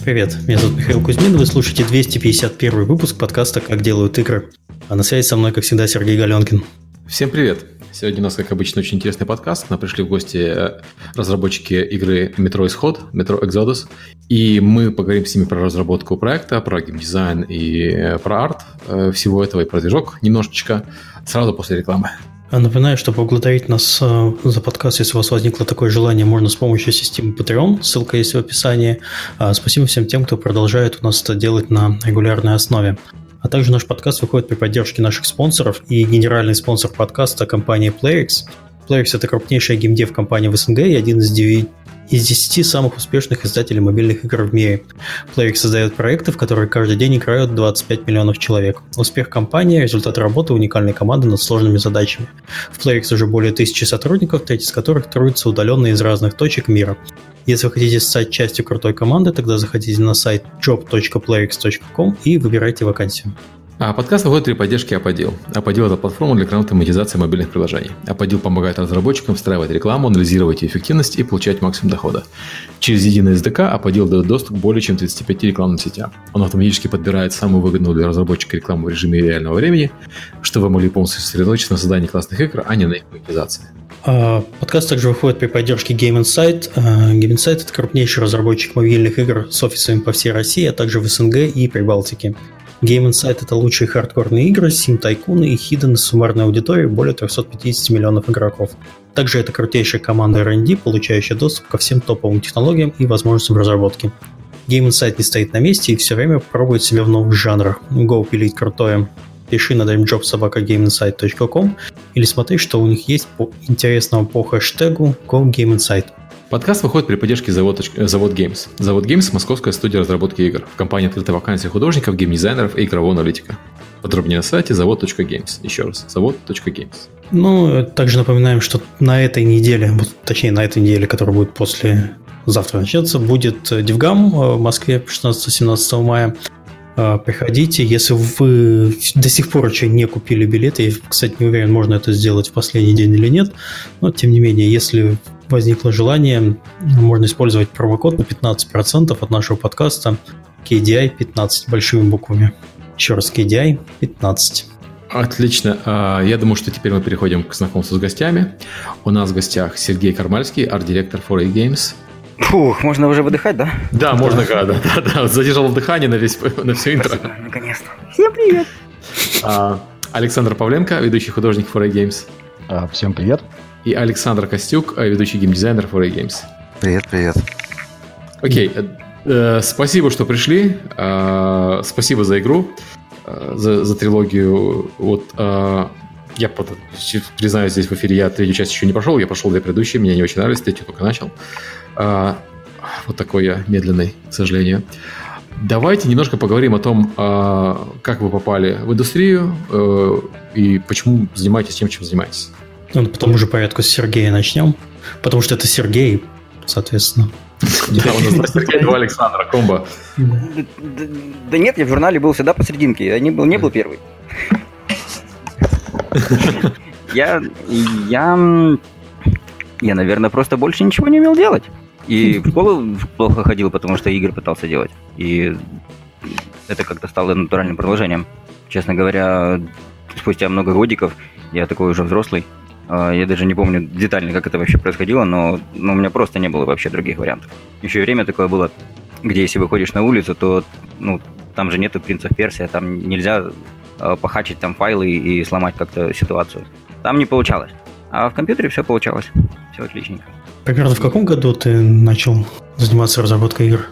Привет, меня зовут Михаил Кузьмин, вы слушаете 251 выпуск подкаста «Как делают игры». А на связи со мной, как всегда, Сергей Галенкин. Всем привет! Сегодня у нас, как обычно, очень интересный подкаст. К нам пришли в гости разработчики игры Metro Исход, Metro Exodus. И мы поговорим с ними про разработку проекта, про геймдизайн и про арт всего этого, и про движок немножечко, сразу после рекламы. Напоминаю, что поблагодарить нас за подкаст, если у вас возникло такое желание, можно с помощью системы Patreon, ссылка есть в описании. Спасибо всем тем, кто продолжает у нас это делать на регулярной основе. А также наш подкаст выходит при поддержке наших спонсоров, и генеральный спонсор подкаста – компания PlayX. PlayX – это крупнейшая геймдев-компания в СНГ и один из 10 самых успешных издателей мобильных игр в мире. PlayX создает проекты, в которые каждый день играют 25 миллионов человек. Успех компании – результат работы уникальной команды над сложными задачами. В PlayX уже более 1000 сотрудников, треть из которых трудятся удаленно из разных точек мира. Если вы хотите стать частью крутой команды, тогда заходите на сайт job.playx.com и выбирайте вакансию. Подкаст выходит при поддержке Apodil. Apodil – это платформа для грамотной монетизации мобильных приложений. Apodil помогает разработчикам встраивать рекламу, анализировать ее эффективность и получать максимум дохода. Через единый SDK Apodil дает доступ к более чем 35 рекламным сетям. Он автоматически подбирает самую выгодную для разработчика рекламу в режиме реального времени, чтобы вы могли полностью сосредоточиться на создании классных игр, а не на их монетизации. Подкаст также выходит при поддержке Game Insight. Game Insight – это крупнейший разработчик мобильных игр с офисами по всей России, а также в СНГ и Прибалтике. Game Insight – это лучшие хардкорные игры, сим-тайкуны и хиден с суммарной аудиторией более 350 миллионов игроков. Также это крутейшая команда R&D, получающая доступ ко всем топовым технологиям и возможностям разработки. Game Insight не стоит на месте и все время пробует себя в новых жанрах. Go пилить крутое. Пиши на dreamjob@gameinsight.com или смотри, что у них есть по интересному по хэштегу GoGameInsight. Подкаст выходит при поддержке Завод Games. Завод Games – московская студия разработки игр. В компании открыта вакансия художников, геймдизайнеров и игрового аналитика. Подробнее на сайте завод.games. Еще раз, завод.games. Также напоминаем, что на этой неделе, на этой неделе, которая будет завтра начнется, будет DevGam в Москве 16-17 мая. Приходите, если вы до сих пор еще не купили билеты, я, кстати, не уверен, можно это сделать в последний день или нет, но тем не менее, если возникло желание, можно использовать промокод на 15% от нашего подкаста KDI 15 большими буквами. Еще раз, KDI 15. Отлично. Я думаю, что теперь мы переходим к знакомству с гостями. У нас в гостях Сергей Кармальский, арт-директор 4A Games. Фух, можно уже выдыхать, да? Да, можно, да. Задержал дыхание на все интро. Спасибо, наконец-то. Всем привет. Александр Павленко, ведущий художник 4A Games. Всем привет. И Александр Костюк, ведущий геймдизайнер 4A Games. Привет. Окей, спасибо, что пришли. Спасибо за игру, за трилогию. Я признаюсь здесь в эфире, я третью часть еще не прошел, я прошел две предыдущие, мне не очень нравились, третью только начал. Вот такой я медленный, к сожалению. Давайте немножко поговорим о том, как вы попали в индустрию и почему занимаетесь тем, чем занимаетесь. По тому же порядку с Сергея начнем, потому что это Сергей, соответственно. Да, у нас Сергей, два Александра, комбо. Да нет, я в журнале был всегда посерединке, я не был первый. Я, наверное, просто больше ничего не умел делать. И в школу плохо ходил, потому что игры пытался делать. И это как-то стало натуральным продолжением. Честно говоря, спустя много годиков, я такой уже взрослый. Я даже не помню детально, как это вообще происходило, но у меня просто не было вообще других вариантов. Еще и время такое было, где если выходишь на улицу, то там же нету принцев Персия, там нельзя похачить там файлы и сломать как-то ситуацию. Там не получалось. А в компьютере все получалось. Все отличненько. Примерно в каком году ты начал заниматься разработкой игр?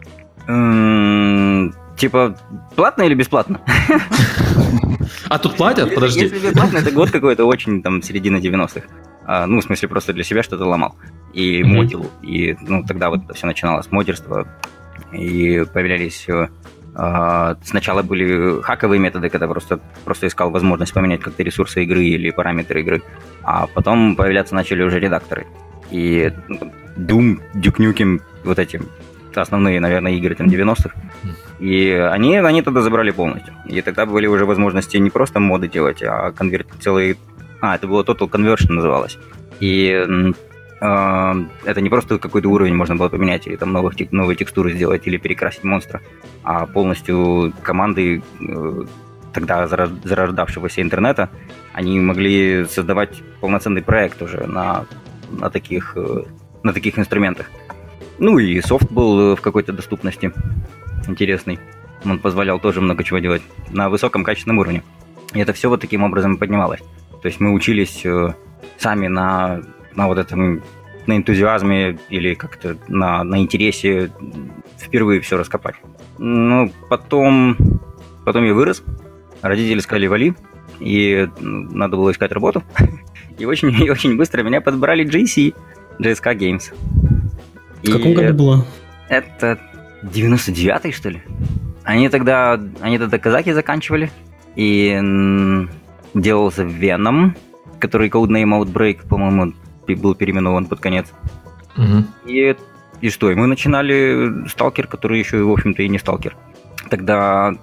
Типа, платно или бесплатно? А тут платят? Подожди. Если бесплатно, это год какой-то очень, середина 90-х. В смысле, просто для себя что-то ломал. И модил. И, тогда вот это все начиналось. Модерство. И появлялись... Сначала были хаковые методы, когда просто искал возможность поменять как-то ресурсы игры или параметры игры, а потом появляться начали уже редакторы. И Doom, Duke Nukem, вот эти основные, наверное, игры 90-х. И они тогда забрали полностью. И тогда были уже возможности не просто моды делать, а целые... это было Total Conversion называлось. И это не просто какой-то уровень можно было поменять, или там новые текстуры сделать, или перекрасить монстра, а полностью команды тогда зарождавшегося интернета, они могли создавать полноценный проект уже на таких инструментах. Ну и софт был в какой-то доступности интересный. Он позволял тоже много чего делать на высоком качественном уровне. И это все вот таким образом поднималось. То есть мы учились сами на вот этом, на энтузиазме или как-то на интересе впервые все раскопать. Ну, потом я вырос, родители сказали вали, и надо было искать работу. И очень быстро меня подобрали GSK Games. В каком году было? Это 99-й, что ли? Они тогда казаки заканчивали, и делался Venom, который codename Outbreak, по-моему, был переименован под конец. Угу. И что? И мы начинали Сталкер, который еще, в общем-то, и не Сталкер. Тогда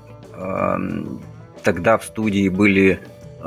в студии были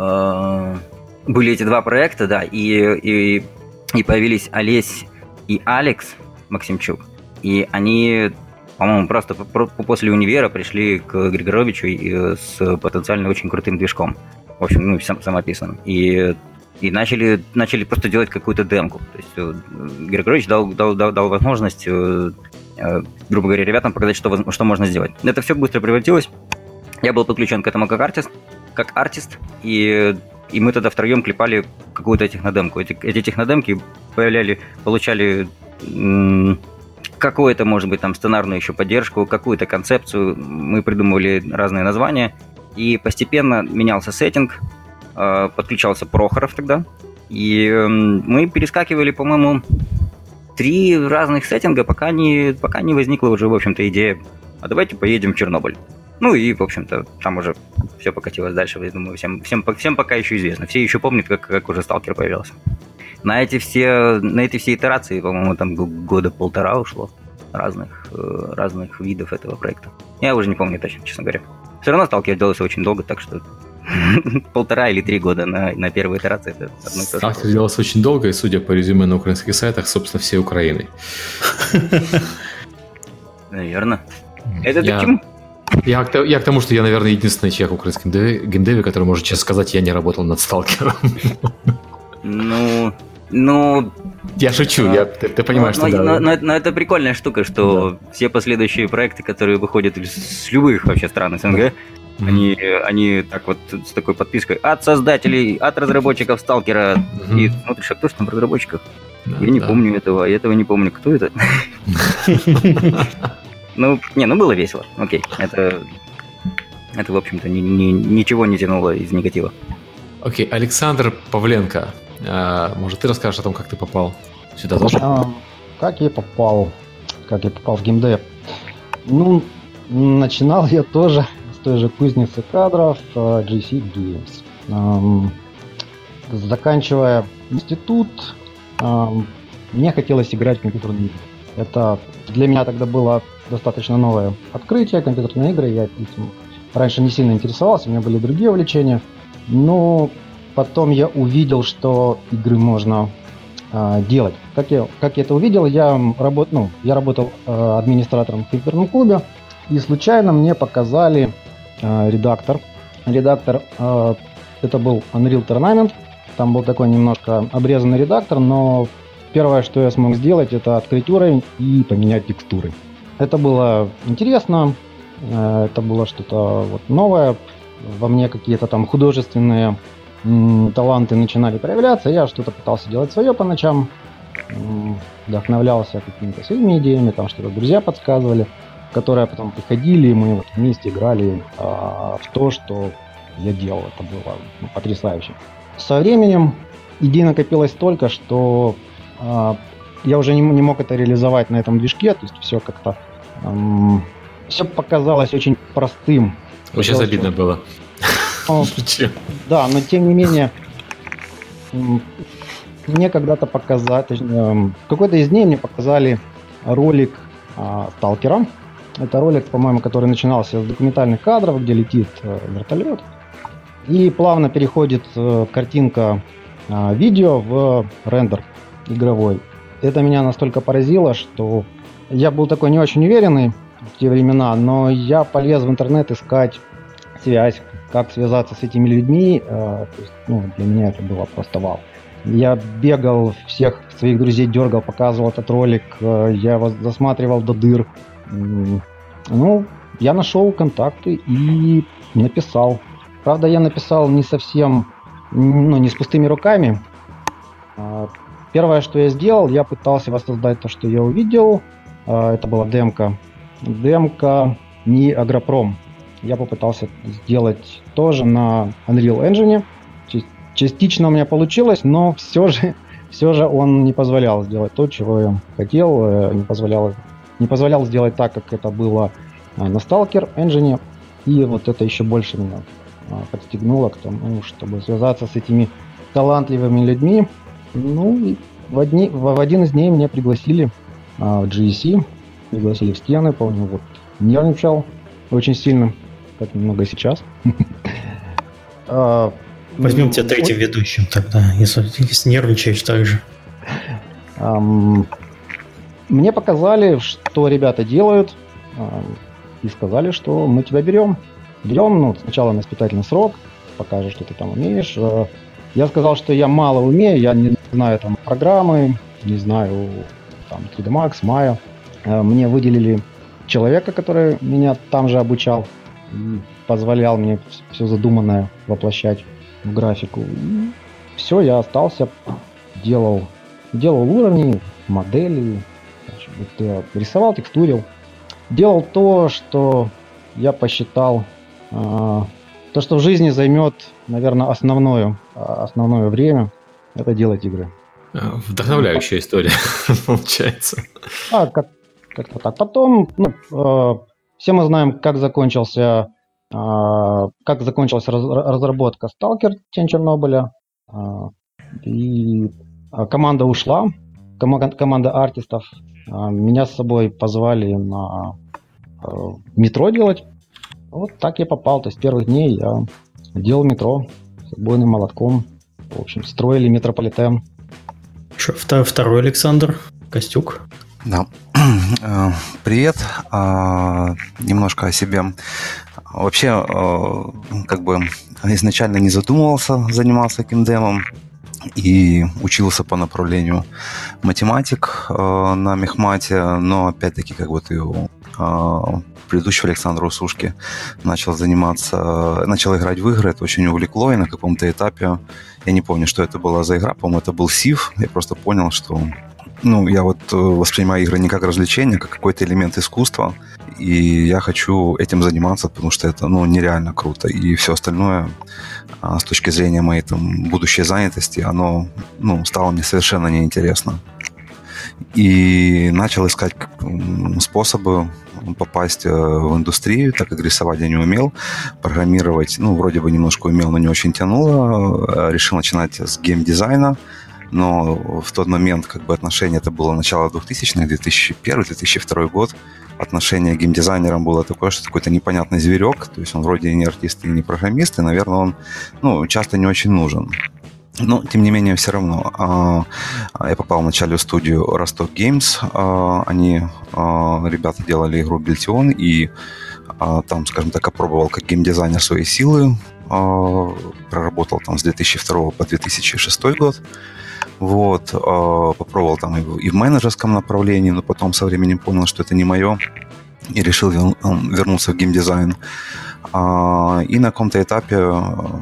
эти два проекта, да, и появились Олесь и Алекс Максимчук. И они, по-моему, просто после универа пришли к Григоровичу с потенциально очень крутым движком. В общем, самописным. И начали просто делать какую-то демку. То есть Григорович дал возможность, грубо говоря, ребятам показать, что можно сделать. Это все быстро превратилось. Я был подключен к этому как артист, и мы тогда втроем клепали какую-то технодемку. Эти технодемки получали какую-то, может быть, там сценарную еще поддержку, какую-то концепцию. Мы придумывали разные названия, и постепенно менялся сеттинг, подключался Прохоров тогда, и мы перескакивали, по-моему, 3 разных сеттинга, пока не возникла уже, в общем-то, идея, а давайте поедем в Чернобыль. Ну и, в общем-то, там уже все покатилось дальше, я думаю, всем пока еще известно. Все еще помнят, как уже Сталкер появился. На эти все итерации, по-моему, там года 1,5 ушло разных видов этого проекта. Я уже не помню точно, честно говоря. Все равно Сталкер делался очень долго, так что 1,5 или 3 года на первой итерации. Это одно и то же. Сталкер делался очень долго, и, судя по резюме на украинских сайтах, собственно, всей Украиной. Наверное. Это ты к чему? Я к тому, что я, наверное, единственный человек в украинском геймдеве, который может честно сказать, я не работал над Сталкером. Ну... Я шучу, ты понимаешь, что да. Но это прикольная штука, что все последующие проекты, которые выходят с любых вообще стран СНГ, они так вот с такой подпиской от создателей, от разработчиков Сталкера. И смотришь, а кто же там разработчиков? Я не помню этого, я этого не помню. Кто это? Было весело. Окей. Это в общем-то, ничего не тянуло из негатива. Окей, Александр Павленко. Может, ты расскажешь о том, как ты попал сюда тоже? Как я попал в геймдев? Начинал я тоже с той же кузницы кадров GSK Games. Заканчивая институт, мне хотелось играть в компьютерные игры. Это для меня тогда было достаточно новое открытие, компьютерные игры. Я этим раньше не сильно интересовался, у меня были другие увлечения. Но потом я увидел, что игры можно делать. Как я это увидел, я работал администратором в компьютерном клубе, и случайно мне показали редактор. Редактор это был Unreal Tournament. Там был такой немножко обрезанный редактор, но первое, что я смог сделать, это открыть уровень и поменять текстуры. Это было интересно, это было что-то новое. Во мне какие-то там художественные таланты начинали проявляться. Я что-то пытался делать свое по ночам, вдохновлялся какими-то своими идеями, там что-то друзья подсказывали, которые потом приходили, и мы вместе играли в то, что я делал. Это было потрясающе. Со временем идей накопилось столько, что я уже не мог это реализовать на этом движке, то есть все как-то все показалось очень простым. Сейчас обидно было. Да, но тем не менее мне когда-то показали, в какой-то из дней мне показали ролик Сталкера. Это ролик, по-моему, который начинался с документальных кадров, где летит вертолет. И плавно переходит картинка видео в рендер игровой. это меня настолько поразило, что я был такой не очень уверенный в те времена, но я полез в интернет искать связь, как связаться с этими людьми. То есть, для меня это было просто вау. Я бегал, всех своих друзей дергал, показывал этот ролик, я его засматривал до дыр. Я нашел контакты и написал. Правда, я написал не совсем, не с пустыми руками. Первое, что я сделал, я пытался воссоздать то, что я увидел. Это была демка. Демка не Агропром. Я попытался сделать тоже на Unreal Engine. Частично у меня получилось, но все же он не позволял сделать то, чего я хотел. Не позволял сделать так, как это было на Stalker Engine. И вот это еще больше меня подстегнуло к тому, чтобы связаться с этими талантливыми людьми. И в один из дней меня пригласили в GSC, пригласили в стены, помню, нервничал очень сильно, как немного сейчас. Возьмем тебя третьим ведущим тогда, если нервничаешь так же. Мне показали, что ребята делают, и сказали, что мы тебя берем. Сначала на испытательный срок, покажешь, что ты там умеешь. Я сказал, что я мало умею, я не знаю там программы, не знаю там 3D Max, Maya. Мне выделили человека, который меня там же обучал и позволял мне все задуманное воплощать в графику. И все, я остался, делал уровни, модели, рисовал, текстурил. Делал то, что я посчитал, то, что в жизни займет, наверное, основное время, это делать игры. Вдохновляющая история, получается. Как-то так. Потом, все мы знаем, как закончилась разработка Stalker Тень Чернобыля. И команда ушла, команда артистов. Меня с собой позвали на метро делать. Вот так я попал. То есть с первых дней я делал метро с отбойным молотком. В общем, строили метрополитен. Второй Александр Костюк. Да. Привет. Немножко о себе. Вообще, изначально не задумывался заниматься геймдевом и учился по направлению математик на мехмате, но опять-таки, предыдущего Александра Усушки начал играть в игры, это очень увлекло, и на каком-то этапе, я не помню, что это была за игра, по-моему, это был Civ, я просто понял, что я воспринимаю игры не как развлечение, а как какой-то элемент искусства, и я хочу этим заниматься, потому что это, нереально круто, и все остальное с точки зрения моей будущей занятости, оно, стало мне совершенно неинтересно. И начал искать способы попасть в индустрию, так как рисовать я не умел, программировать, вроде бы немножко умел, но не очень тянуло. Решил начинать с геймдизайна, но в тот момент отношение, это было начало 2000-х, 2001-2002 год, отношение к геймдизайнерам было такое, что какой-то непонятный зверек, то есть он вроде и не артист, и не программист, и, наверное, он часто не очень нужен. Но, тем не менее, все равно. Я попал вначале в студию Росток Games. Они, ребята, делали игру Бельтион, и там, скажем так, опробовал как геймдизайнер свои силы. Проработал там с 2002 по 2006 год. Попробовал там и в менеджерском направлении, но потом со временем понял, что это не мое, и решил вернуться в геймдизайн. И на каком-то этапе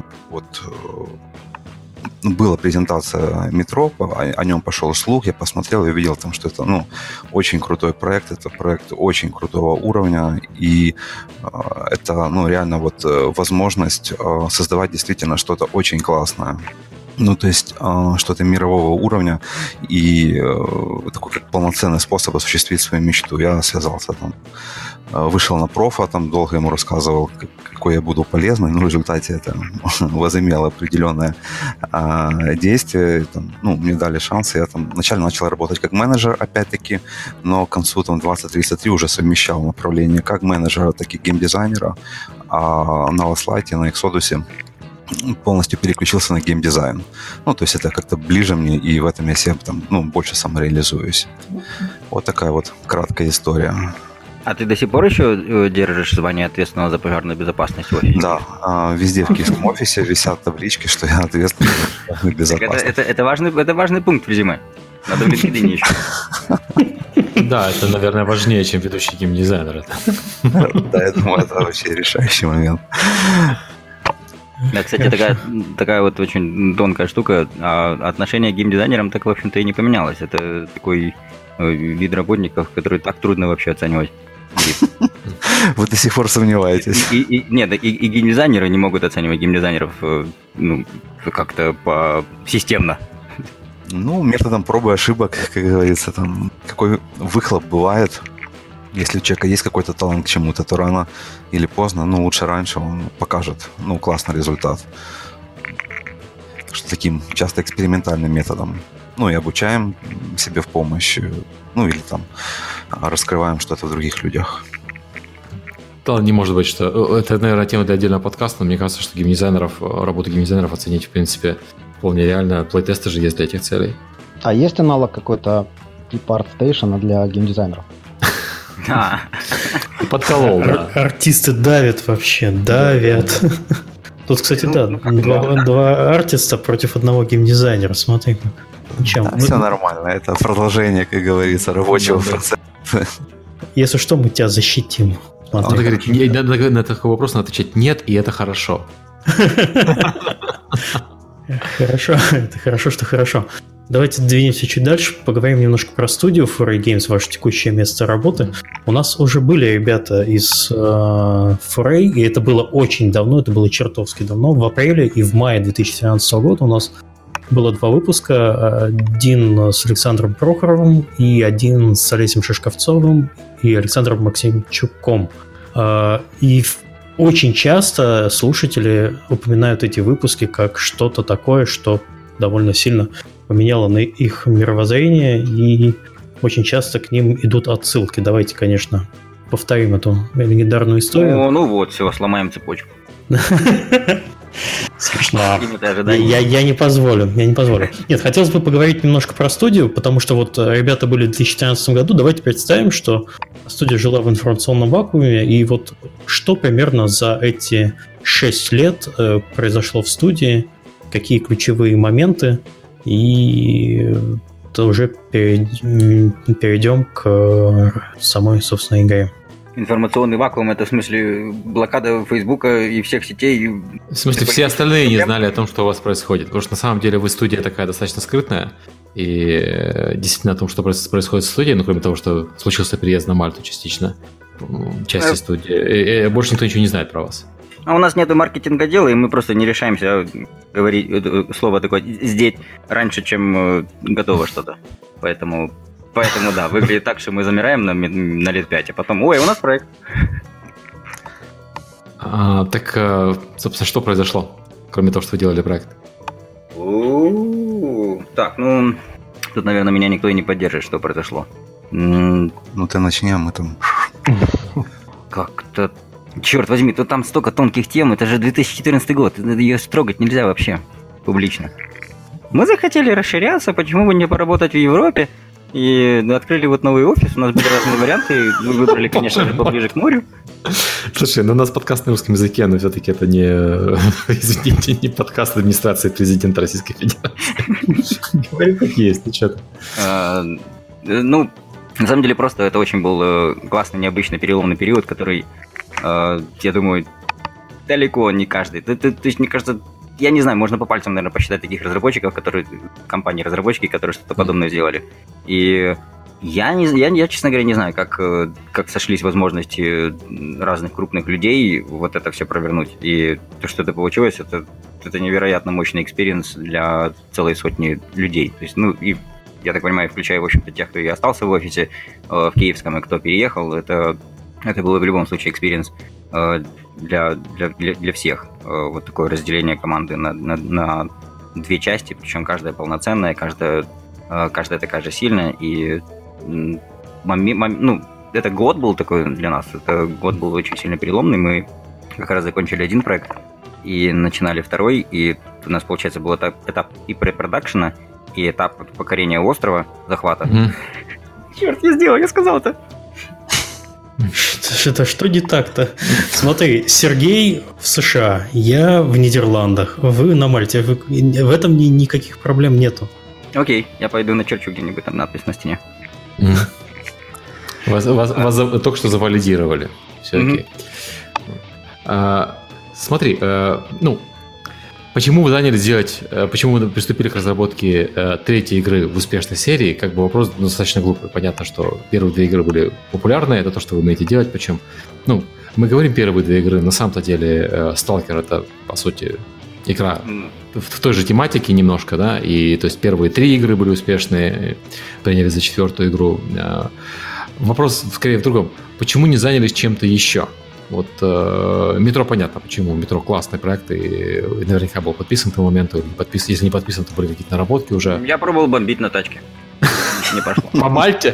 была презентация метро, о нем пошел слух, я посмотрел и увидел там, что это очень крутой проект, это проект очень крутого уровня, и это реально возможность создавать действительно что-то очень классное. То есть что-то мирового уровня и такой как полноценный способ осуществить свою мечту. Я связался там, вышел на профа, там долго ему рассказывал, какой я буду полезный, но в результате это возымело определенное действие. Мне дали шанс, я вначале начал работать как менеджер, опять-таки, но к концу 2033 уже совмещал направление как менеджера, так и геймдизайнера. А на Last Light, на Exodus полностью переключился на геймдизайн. Ну, то есть это как-то ближе мне, и в этом я себе там, больше самореализуюсь. Вот такая вот краткая история. А ты до сих пор еще держишь звание ответственного за пожарную безопасность в офисе? Да, везде в киевском офисе висят таблички, что я ответственный за пожарную безопасность. Это важный пункт в резюме. Надо в LinkedIn еще. Да, это, наверное, важнее, чем ведущий геймдизайнер. Да, я думаю, это вообще решающий момент. Да, кстати, такая вот очень тонкая штука. Отношение к геймдизайнерам так, в общем-то, и не поменялось. Это такой вид работников, который так трудно вообще оценивать. Вы до сих пор сомневаетесь. Нет, и геймдизайнеры не могут оценивать геймдизайнеров как-то системно. Методом пробы и ошибок, как говорится, там какой выхлоп бывает. Если у человека есть какой-то талант к чему-то, то рано или поздно, лучше раньше он покажет, классный результат. Что таким часто экспериментальным методом. И обучаем себе в помощь, или там раскрываем что-то в других людях. Да, не может быть, что... Это, наверное, тема для отдельного подкаста, но мне кажется, что работу геймдизайнеров оценить, в принципе, вполне реально. Плейтесты же есть для этих целей. А есть аналог какой-то типа ArtStation для геймдизайнеров? Да. Подколол, да. Артисты давят вообще, давят. Тут, кстати, да, два артиста против одного геймдизайнера, смотри как. Да, все нормально, это продолжение, как говорится, рабочего процесса. Если что, мы тебя защитим. Он говорит, на такой вопрос надо отвечать «нет», и это хорошо. Хорошо, это хорошо, что хорошо. Давайте двинемся чуть дальше, поговорим немножко про студию 4A Games, ваше текущее место работы. У нас уже были ребята из 4A, и это было очень давно, это было чертовски давно. В апреле и в мае 2017 года у нас было 2 выпуска. Один с Александром Прохоровым и один с Олесем Шишковцовым и Александром Максимчуком. И очень часто слушатели упоминают эти выпуски как что-то такое, что довольно сильно поменяло на их мировоззрение, и очень часто к ним идут отсылки. Давайте, конечно, повторим эту легендарную историю. Все, сломаем цепочку. Смешно. Я не позволю. Нет, хотелось бы поговорить немножко про студию, потому что вот ребята были в 2014 году. Давайте представим, что студия жила в информационном вакууме, и вот что примерно за эти 6 лет произошло в студии, какие ключевые моменты, и уже перейдем к самой, собственно, игре. Информационный вакуум — это в смысле блокада Фейсбука и всех сетей? В смысле, все остальные не знали о том, что у вас происходит. Потому что на самом деле вы студия такая достаточно скрытная. И действительно о том, что происходит в студии, кроме того, что случился переезд на Мальту частично, части студии, больше никто ничего не знает про вас. А у нас нету маркетинга дела, и мы просто не решаемся говорить слово такое «здесь» раньше, чем готово что-то. Поэтому да, выглядит так, что мы замираем на лет 5, а потом «Ой, у нас проект». Так, собственно, что произошло, кроме того, что вы делали проект? Так, тут, наверное, меня никто и не поддержит, что произошло. Ты начни, а мы там... Как-то... Черт возьми, тут там столько тонких тем, это же 2014 год, ее трогать нельзя вообще публично. Мы захотели расширяться, почему бы не поработать в Европе, и открыли вот новый офис, у нас были разные варианты, мы выбрали, конечно же, поближе к морю. Слушай, у нас подкаст на русском языке, но все-таки это не, извините, не подкаст администрации президента Российской Федерации. Говори как есть, ну что ты. На самом деле просто это очень был классный, необычный переломный период, который, я думаю, далеко не каждый. То есть, мне кажется, я не знаю, можно по пальцам, наверное, посчитать таких разработчиков, компании-разработчики, которые что-то подобное сделали. И я, честно говоря, не знаю, как сошлись возможности разных крупных людей вот это все провернуть. И то, что это получилось, это невероятно мощный экспириенс для целой сотни людей. То есть, и я так понимаю, включая, в общем-то, тех, кто и остался в офисе в Киевском, и кто переехал, это было в любом случае экспириенс для всех. Вот такое разделение команды на 2 части, причем каждая полноценная, каждая такая же сильная. И это год был такой для нас, это год был очень сильно переломный. Мы как раз закончили один проект, и начинали второй, и у нас, получается, был этап и препродакшена, и этап покорения острова, захвата. Черт, я сказал это. Это что не так-то? Смотри, Сергей в США, я в Нидерландах, вы на Мальте. В этом никаких проблем нету. Окей, я пойду начерчу где-нибудь там надпись на стене. Вас только что завалидировали. Все окей. Смотри, почему вы приступили к разработке третьей игры в успешной серии? Как бы вопрос достаточно глупый. Понятно, что первые две игры были популярны, это то, что вы умеете делать. Причем, мы говорим первые две игры, на самом-то деле Stalker это, по сути, игра в той же тематике немножко, да, и то есть первые три игры были успешные, приняли за четвертую игру. Вопрос скорее в другом. Почему не занялись чем-то еще? Вот Метро понятно, почему. Метро классный проект, и наверняка был подписан к тому моменту. Если не подписан, то были какие-то наработки уже. Я пробовал бомбить на тачке. Не пошло. По Мальте?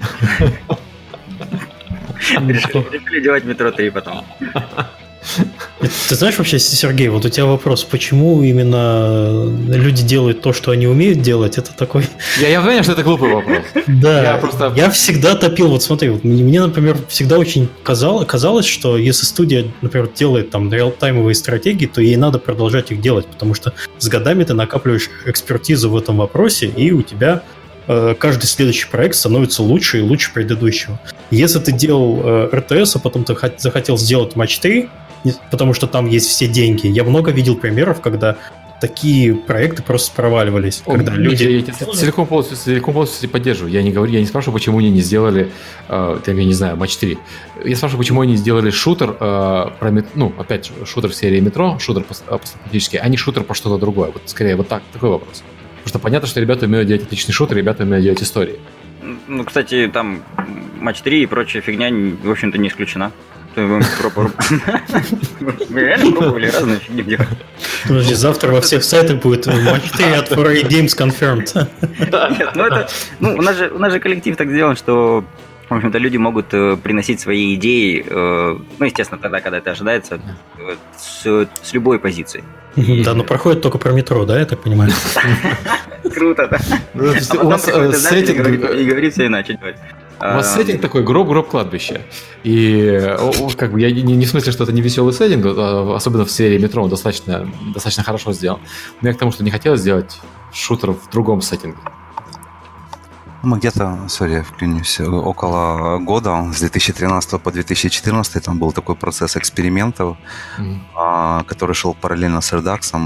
Решили делать Метро 3 потом. Ты знаешь вообще, Сергей, вот у тебя вопрос, почему именно люди делают то, что они умеют делать, это такой... Я понимаю, что это глупый вопрос. Да, я всегда топил, вот смотри, мне, например, всегда очень казалось, что если студия, например, делает там реалтаймовые стратегии, то ей надо продолжать их делать, потому что с годами ты накапливаешь экспертизу в этом вопросе, и у тебя каждый следующий проект становится лучше и лучше предыдущего. Если ты делал РТС, а потом ты захотел сделать Матч 3, потому что там есть все деньги. Я много видел примеров, когда такие проекты просто проваливались. Когда люди... Я целиком полностью поддерживаю. Я не спрашиваю, почему они не сделали, я не знаю, Матч 3. Я спрашиваю, почему они сделали шутер опять шутер в серии Метро, шутер постфактический, а не шутер по что-то другое. Вот скорее вот такой вопрос. Потому что понятно, что ребята умеют делать отличный шутер, ребята умеют делать истории. Кстати, там Матч 3 и прочая фигня, в общем-то, не исключена. Мы реально пробовали разные фигни делать. Подожди, завтра во всех сайтах будет Матч 3 от 4A Games Confirmed. Нет, у нас же коллектив так сделан, что, в общем-то, люди могут приносить свои идеи, естественно, тогда, когда это ожидается, с любой позиции. Да, но проходит только про Метро, да, я так понимаю? Круто, да. У вас сеттинг... И говорит все иначе. У вас сеттинг такой, гроб кладбища. И как бы я не в смысле, что это не веселый сеттинг, особенно в серии Метро он достаточно хорошо сделан. Но я к тому, что не хотелось сделать шутер в другом сеттинге. Мы где-то, вклинюсь, около года, с 2013 по 2014, там был такой процесс экспериментов, который шел параллельно с Redux.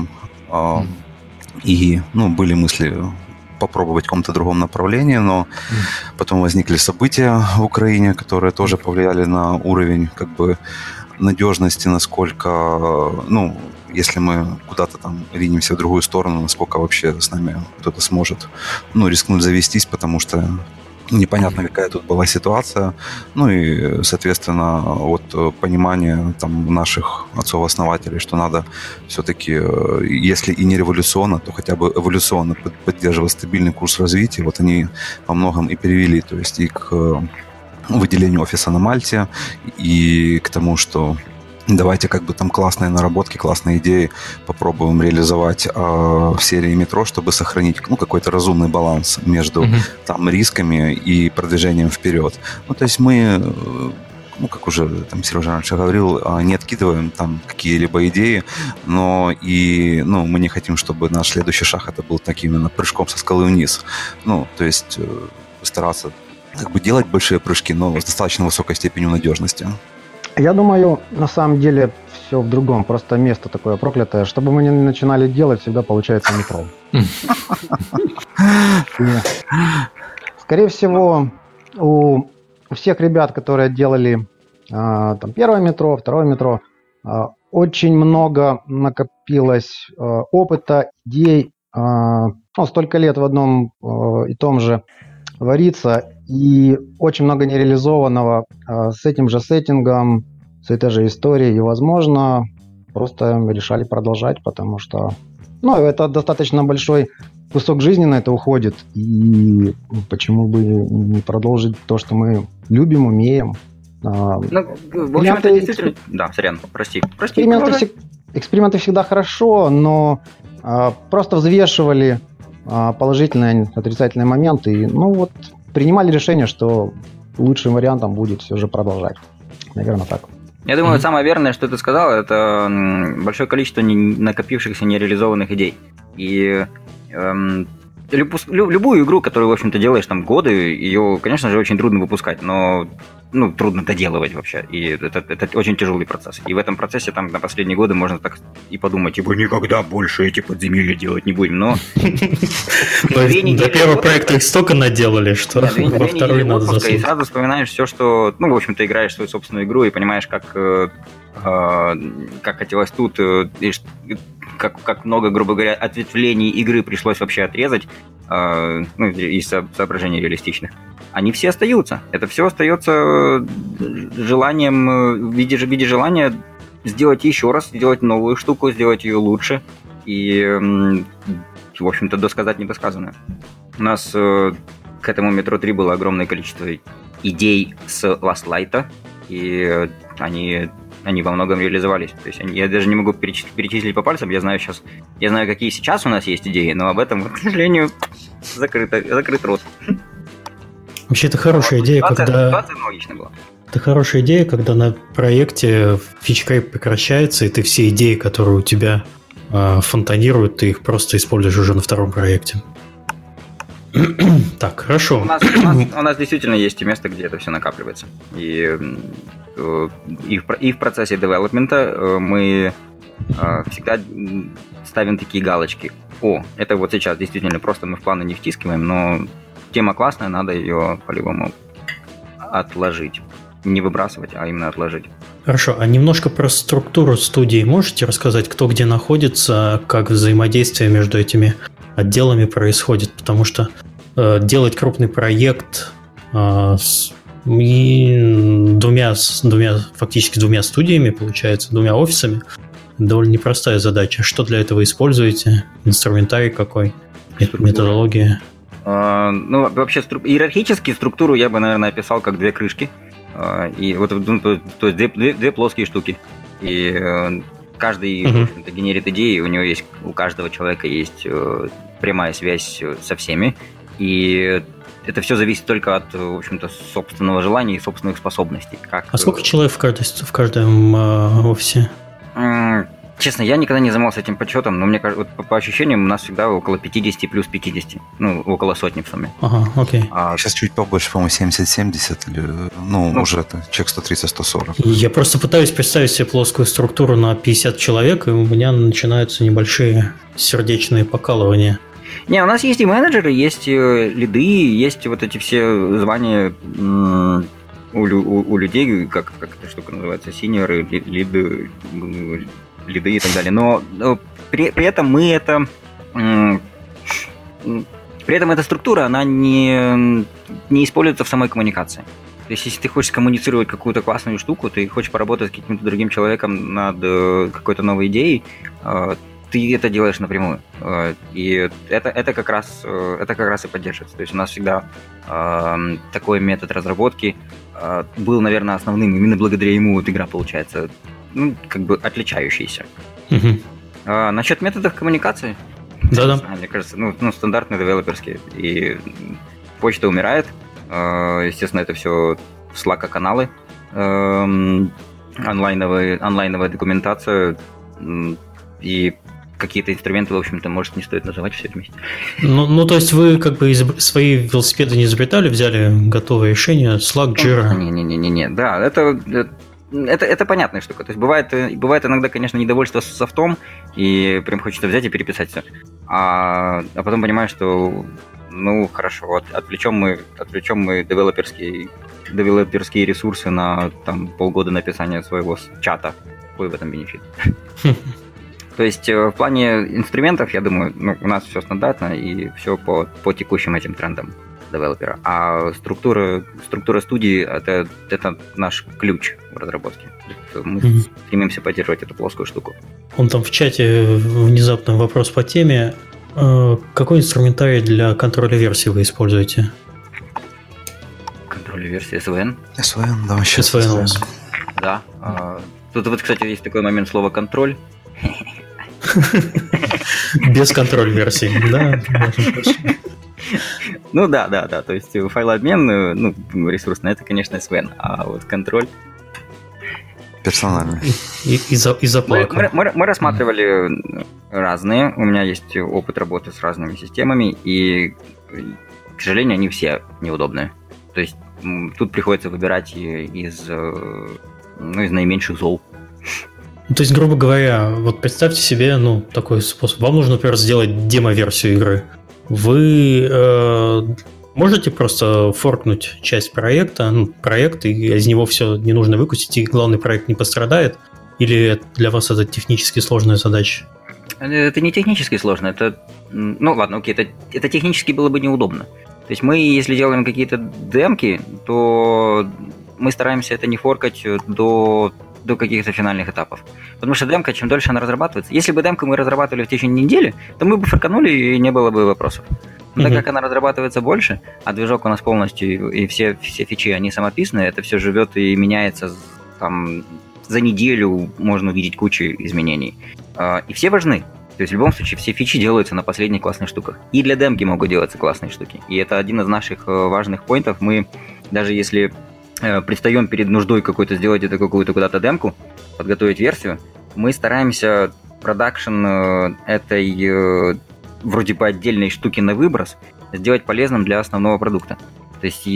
И, были мысли попробовать в каком-то другом направлении, но потом возникли события в Украине, которые тоже повлияли на уровень надежности, насколько, если мы куда-то там ринемся в другую сторону, насколько вообще с нами кто-то сможет, рискнуть завестись, потому что непонятно, какая тут была ситуация. И, соответственно, понимание там наших отцов-основателей, что надо все-таки, если и не революционно, то хотя бы эволюционно поддерживать стабильный курс развития. Вот они во многом и перевели, то есть и к выделению офиса на Мальте, и к тому, что давайте там классные наработки, классные идеи попробуем реализовать в серии Метро, чтобы сохранить какой-то разумный баланс между там рисками и продвижением вперед. То есть мы, как уже там Сережа раньше говорил, не откидываем там какие-либо идеи, но и мы не хотим, чтобы наш следующий шаг это был таким именно прыжком со скалы вниз. То есть стараться делать большие прыжки, но с достаточно высокой степенью надежности. Я думаю, на самом деле все в другом. Просто место такое проклятое. Чтобы мы не начинали делать, всегда получается Метро. Скорее всего, у всех ребят, которые делали там первое Метро, второе Метро, очень много накопилось опыта, идей. Столько лет в одном и том же варится, и очень много нереализованного с этим же сеттингом, с этой же историей, и, возможно, просто решали продолжать, потому что это достаточно большой кусок жизни на это уходит, и почему бы не продолжить то, что мы любим, умеем. В общем, это действительно... Да, сорян, прости. эксперименты всегда хорошо, но просто взвешивали положительные, отрицательные моменты и, принимали решение, что лучшим вариантом будет все же продолжать. Наверное, так. Я думаю, самое верное, что ты сказал, это большое количество накопившихся нереализованных идей. И любую игру, которую, в общем-то, делаешь там годы, ее, конечно же, очень трудно выпускать, но трудно доделывать вообще. И это очень тяжелый процесс. И в этом процессе там на последние годы можно так и подумать, типа, никогда больше эти подземелья делать не будем. Но до первого проекта их столько наделали, что во второй надо засунуть. И сразу вспоминаешь все, что, в общем-то, играешь в свою собственную игру и понимаешь, как хотелось тут, и как много, грубо говоря, ответвлений игры пришлось вообще отрезать, из соображений реалистичных. Они все остаются. Это все остается желанием, в виде желания сделать еще раз, сделать новую штуку, сделать ее лучше и, в общем-то, досказать недосказанное. У нас к этому Metro 3 было огромное количество идей с Last Light, и они во многом реализовались. То есть я даже не могу перечислить по пальцам. Я знаю, какие сейчас у нас есть идеи, но об этом, к сожалению, закрыт рот. Вообще, это хорошая идея, когда... Это хорошая идея, когда на проекте фичкрейп прекращается, и ты все идеи, которые у тебя фонтанируют, ты их просто используешь уже на втором проекте. Так, хорошо. У нас действительно есть место, где это все накапливается. И в процессе девелопмента мы всегда ставим такие галочки. Это вот сейчас действительно просто мы в планы не втискиваем, но тема классная, надо ее по-любому отложить. Не выбрасывать, а именно отложить. Хорошо, а немножко про структуру студии можете рассказать, кто где находится, как взаимодействие между этими отделами происходит? Потому что делать крупный проект с фактически двумя студиями, получается, двумя офисами, довольно непростая задача. Что для этого используете? Инструментарий какой? Методология? Вообще, иерархически структуру я бы, наверное, описал как две крышки. И вот, то есть две плоские штуки. И каждый генерит идеи, у каждого человека есть прямая связь со всеми. И это все зависит только от, в общем-то, собственного желания и собственных способностей. А сколько человек в каждом офисе? Честно, я никогда не занимался этим подсчетом, но мне кажется, вот по ощущениям у нас всегда около 50 плюс 50. Около сотни в сумме. Ага, окей. Сейчас чуть побольше, по-моему, 70-70, или, уже это человек 130-140. Я просто пытаюсь представить себе плоскую структуру на 50 человек, и у меня начинаются небольшие сердечные покалывания. Не, у нас есть и менеджеры, есть лиды, есть вот эти все звания у людей, как эта штука называется, синьоры, лиды и так далее. Но при этом эта структура, она не используется в самой коммуникации. То есть, если ты хочешь коммуницировать какую-то классную штуку, ты хочешь поработать с каким-то другим человеком над какой-то новой идеей, ты это делаешь напрямую. И это как раз и поддерживается. То есть у нас всегда такой метод разработки был, наверное, основным. Именно благодаря ему вот игра получается отличающаяся. Насчет методов коммуникации. Да-да. Мне кажется, стандартные девелоперские. И почта умирает. Естественно, это все Slack-каналы, онлайновая документация и какие-то инструменты, в общем-то, может, не стоит называть все вместе. То есть вы свои велосипеды не изобретали, взяли готовое решение, Slack, Jira? Не. Да, это понятная штука. То есть бывает иногда, конечно, недовольство софтом, и прям хочется взять и переписать все. А потом понимаешь, что хорошо, отвлечем мы девелоперские ресурсы на полгода написания своего чата. Какой в этом бенефит? То есть в плане инструментов, я думаю, у нас все стандартно и все по текущим этим трендам девелопера. А структура студии это наш ключ в разработке. Мы стремимся поддерживать эту плоскую штуку. Он там в чате внезапно вопрос по теме. Какой инструментарий для контроля версий вы используете? Контроля версии SVN? SVN, да, вообще. SVN. Да. Тут, кстати, есть такой момент слова «контроль». Без контроль-версии, да? Ну да. То есть файлообмен, ресурсный, это, конечно, SVN, а вот контроль... Персональный. И заплака. Мы рассматривали разные. У меня есть опыт работы с разными системами, и, к сожалению, они все неудобные. То есть тут приходится выбирать из наименьших зол. То есть, грубо говоря, вот представьте себе, такой способ. Вам нужно, например, сделать демо-версию игры. Вы можете просто форкнуть часть проекта, проект, и из него все не нужно выкусить, и главный проект не пострадает? Или для вас это технически сложная задача? Это не технически сложно, это... это технически было бы неудобно. То есть мы, если делаем какие-то демки, то мы стараемся это не форкать до каких-то финальных этапов. Потому что демка, чем дольше она разрабатывается... Если бы демку мы разрабатывали в течение недели, то мы бы форканули, и не было бы вопросов. Но так как она разрабатывается больше, а движок у нас полностью, и все фичи, они самописные, это все живет и меняется там... За неделю можно увидеть кучу изменений. И все важны. То есть в любом случае все фичи делаются на последних классных штуках. И для демки могут делаться классные штуки. И это один из наших важных поинтов. Мы, даже если предстаем перед нуждой какой-то сделать это какую-то куда-то демку, подготовить версию, мы стараемся продакшн этой вроде бы отдельной штуки на выброс сделать полезным для основного продукта. То есть,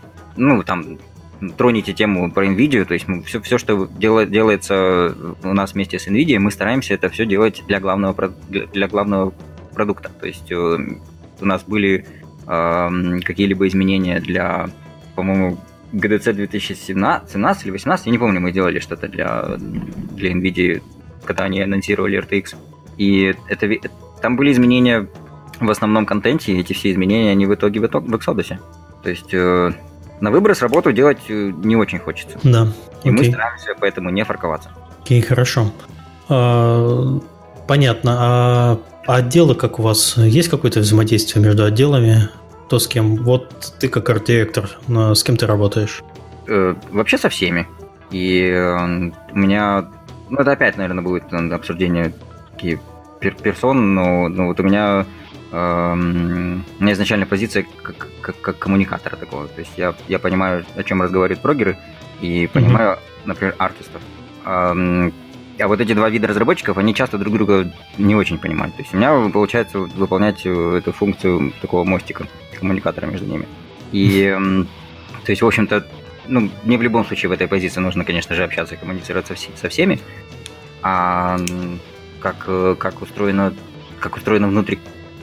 троните тему про NVIDIA, то есть все, что делается у нас вместе с NVIDIA, мы стараемся это все делать для главного продукта. То есть у нас были какие-либо изменения для, по-моему, GDC 2017 или 2018, я не помню, мы делали что-то для NVIDIA, когда они анонсировали RTX. И там были изменения в основном контенте, и эти все изменения, они в итоге в Exodus. То есть... На выброс работу делать не очень хочется. Да. И мы стараемся поэтому не форковаться. Окей, хорошо. Понятно. А отделы, как у вас? Есть какое-то взаимодействие между отделами? Кто с кем? Вот ты как арт-директор, с кем ты работаешь? Вообще со всеми. И у меня... это опять, наверное, будет обсуждение таких персон, но вот у меня... У меня изначально позиция как коммуникатора такого. То есть я понимаю, о чем разговаривают прогеры, и понимаю, например, артистов. А вот эти два вида разработчиков, они часто друг друга не очень понимают. То есть у меня получается выполнять эту функцию такого мостика, коммуникатора между ними. И, то есть, в общем-то, мне в любом случае в этой позиции нужно, конечно же, общаться и коммуницировать со всеми. А как устроено внутри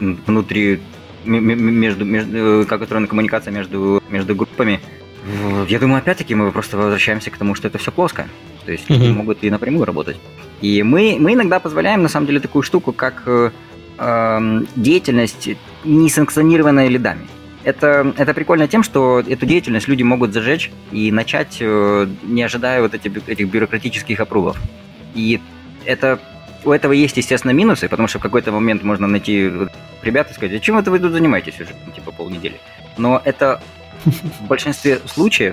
как устроена коммуникация между группами. Я думаю, опять-таки мы просто возвращаемся к тому, что это все плоско. То есть люди могут и напрямую работать. И мы иногда позволяем, на самом деле, такую штуку, как деятельность, не санкционированная лидами. Это прикольно тем, что эту деятельность люди могут зажечь и начать, не ожидая вот этих бюрократических апрувов. И у этого есть, естественно, минусы, потому что в какой-то момент можно найти ребят и сказать, а чем это вы тут занимаетесь уже, полнедели. Но это в большинстве случаев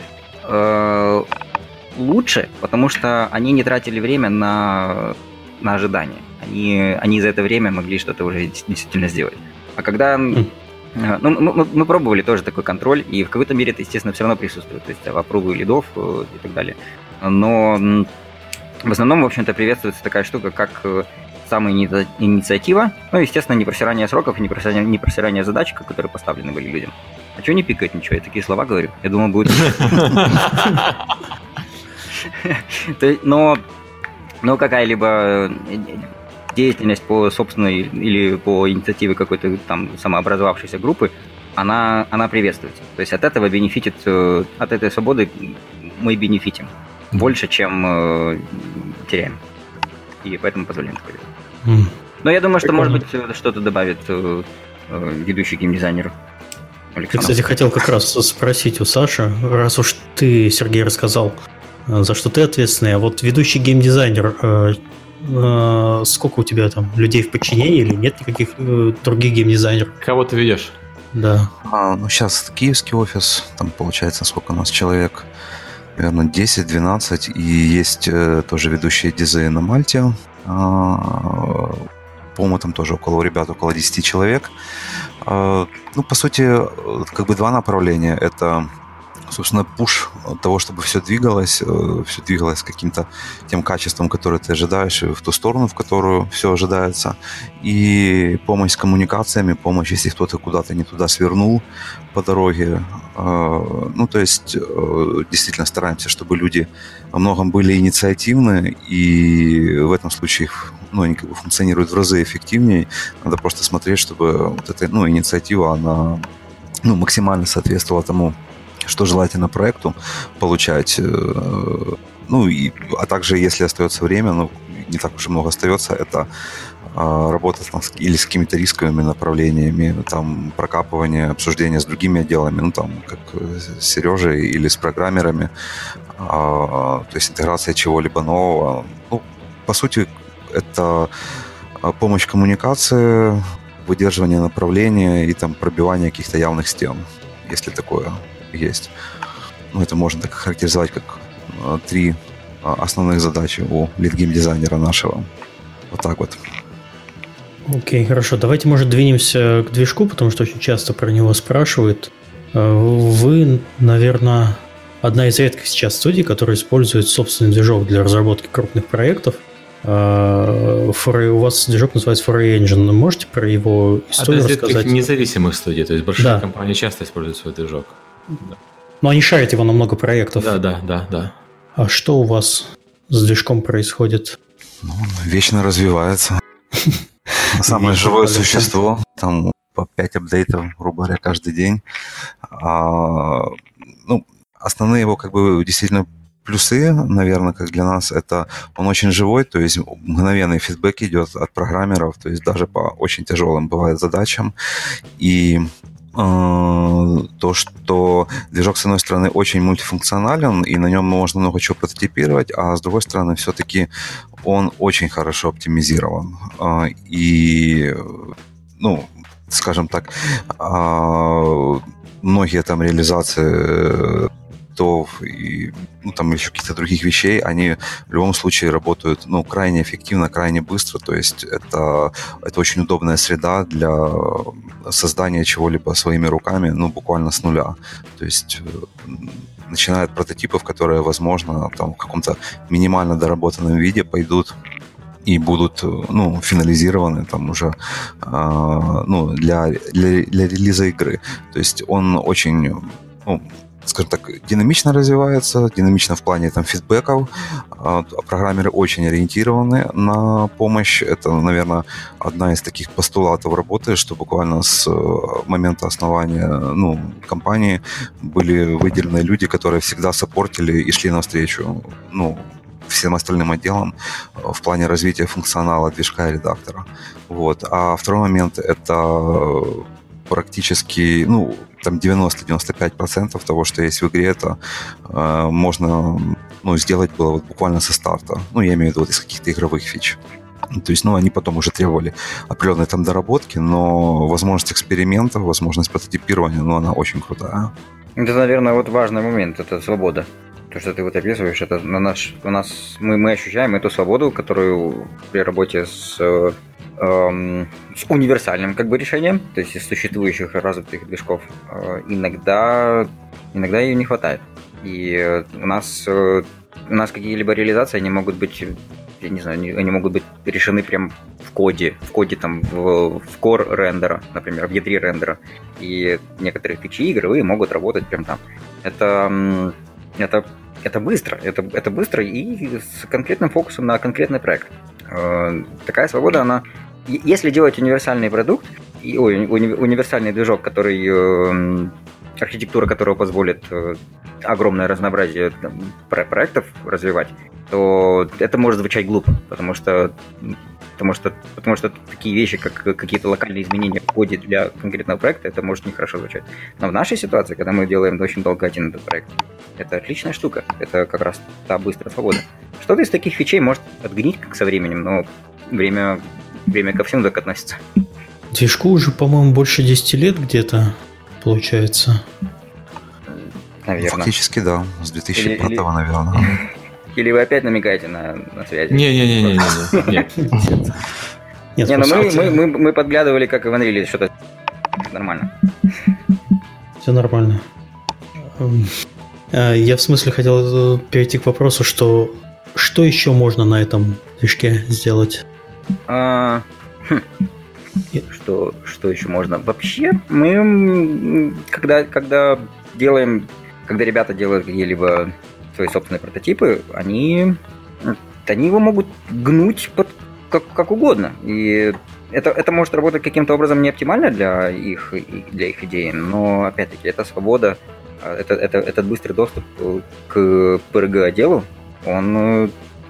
лучше, потому что они не тратили время на ожидание. Они за это время могли что-то уже действительно сделать. А когда... мы пробовали тоже такой контроль, и в какой-то мере это, естественно, все равно присутствует. То есть апрувы лидов и так далее. Но... В основном, в общем-то, приветствуется такая штука, как самоинициатива. Естественно, не просирание сроков, не просирание задач, которые поставлены были людям. А чего не пикает ничего? Я такие слова говорю. Я думал, будет... Но какая-либо деятельность по собственной или по инициативе какой-то там самообразовавшейся группы, она приветствуется. То есть от этого бенефитит, от этой свободы мы бенефитим. Больше, чем теряем. И поэтому позволяем такое делать. Но я думаю, что, может быть, что-то добавит ведущий геймдизайнер Александр. Я, кстати, хотел как раз спросить у Саши, раз уж ты, Сергей, рассказал, за что ты ответственный, а вот ведущий геймдизайнер, сколько у тебя там людей в подчинении или нет никаких других геймдизайнеров? Кого ты ведешь? Да. Сейчас киевский офис, там получается, сколько у нас человек? Наверное, 10-12, и есть тоже ведущие дизайны на Мальте, По-моему, там тоже около 10 человек. Ну, по сути, как бы два направления. Это, собственно, пуш того, чтобы все двигалось с каким-то тем качеством, которое ты ожидаешь, и в ту сторону, в которую все ожидается. И помощь с коммуникациями, помощь, если кто-то куда-то не туда свернул по дороге. Ну, то есть, действительно стараемся, чтобы люди во многом были инициативны, и в этом случае они как бы функционируют в разы эффективнее. Надо просто смотреть, чтобы вот эта инициатива, она максимально соответствовала тому, что желательно проекту получать. А также, если остается время, не так уж и много остается, это работа или с какими-то рисковыми направлениями, там прокапывание, обсуждение с другими отделами, как с Сережей или с программерами, то есть интеграция чего-либо нового. По сути, это помощь в коммуникации, выдерживание направления и там пробивание каких-то явных стен, если такое есть. Это можно так характеризовать как 3 основных задачи у лид-гейм-дизайнера нашего. Вот так вот. Окей, хорошо. Давайте, может, двинемся к движку, потому что очень часто про него спрашивают. Вы, наверное, одна из редких сейчас студий, которая использует собственный движок для разработки крупных проектов. У вас движок называется Foray Engine. Можете про его историю рассказать? Одна из редких независимых студий, то есть большие компании часто используют свой движок. Да. Но они шарят его на много проектов. Да. А что у вас с движком происходит? Вечно развивается. Самое живое существо. Там по 5 апдейтов, грубо говоря, каждый день. Основные его как бы действительно плюсы, наверное, как для нас, это он очень живой, то есть мгновенный фидбэк идет от программеров, то есть даже по очень тяжелым бывает задачам. И то, что движок, с одной стороны, очень мультифункционален, и на нем можно много чего прототипировать, а с другой стороны, все-таки он очень хорошо оптимизирован. И, скажем так, многие там реализации и там еще каких-то других вещей, они в любом случае работают крайне эффективно, крайне быстро. То есть это очень удобная среда для создания чего-либо своими руками, буквально с нуля. То есть начиная от прототипов, которые, возможно, там в каком-то минимально доработанном виде пойдут и будут финализированы там уже для релиза игры. То есть он очень, скажем так, динамично развивается, динамично в плане там фидбэков. Программеры очень ориентированы на помощь. Это, наверное, одна из таких постулатов работы, что буквально с момента основания компании были выделены люди, которые всегда саппортили и шли навстречу всем остальным отделам в плане развития функционала движка и редактора. Вот. А второй момент — это практически, там 90-95% того, что есть в игре, это можно сделать было буквально со старта. Я имею в виду из каких-то игровых фич. То есть, они потом уже требовали определенной там доработки, но возможность экспериментов, возможность прототипирования, она очень крутая. Это, наверное, важный момент, это свобода. То, что ты описываешь, это мы ощущаем эту свободу, которую при работе с универсальным решением, то есть из существующих развитых движков, иногда ее не хватает. И у нас какие-либо реализации, они могут быть, я не знаю, они могут быть решены прям в коде там в core рендера, например, в ядре рендера. И некоторые фичи игровые могут работать прям там. Это быстро, это быстро и с конкретным фокусом на конкретный проект. Такая свобода, она... Если делать универсальный продукт, универсальный движок, архитектура которого позволит огромное разнообразие проектов развивать, то это может звучать глупо, потому что такие вещи, как какие-то локальные изменения в коде для конкретного проекта, это может нехорошо звучать. Но в нашей ситуации, когда мы делаем очень долго один этот проект, это отличная штука. Это как раз та быстрая свобода. Что-то из таких фичей может отгнить со временем, но время ко всему так относится. Движку уже, по-моему, больше 10 лет где-то, получается. Наверное. Фактически, да. С 2005-го, наверное. Или вы опять намекаете на связи? Не. Нет, Не, ну мы подглядывали, как в Unreal, что-то нормально. Все нормально. Я в смысле хотел перейти к вопросу, что еще можно на этом движке сделать? Что еще можно? Вообще, мы, когда ребята делают какие-либо свои собственные прототипы, они его могут гнуть как угодно. И это может работать каким-то образом не оптимально для их идей, но опять-таки это свобода, этот быстрый доступ к PRG-отделу, он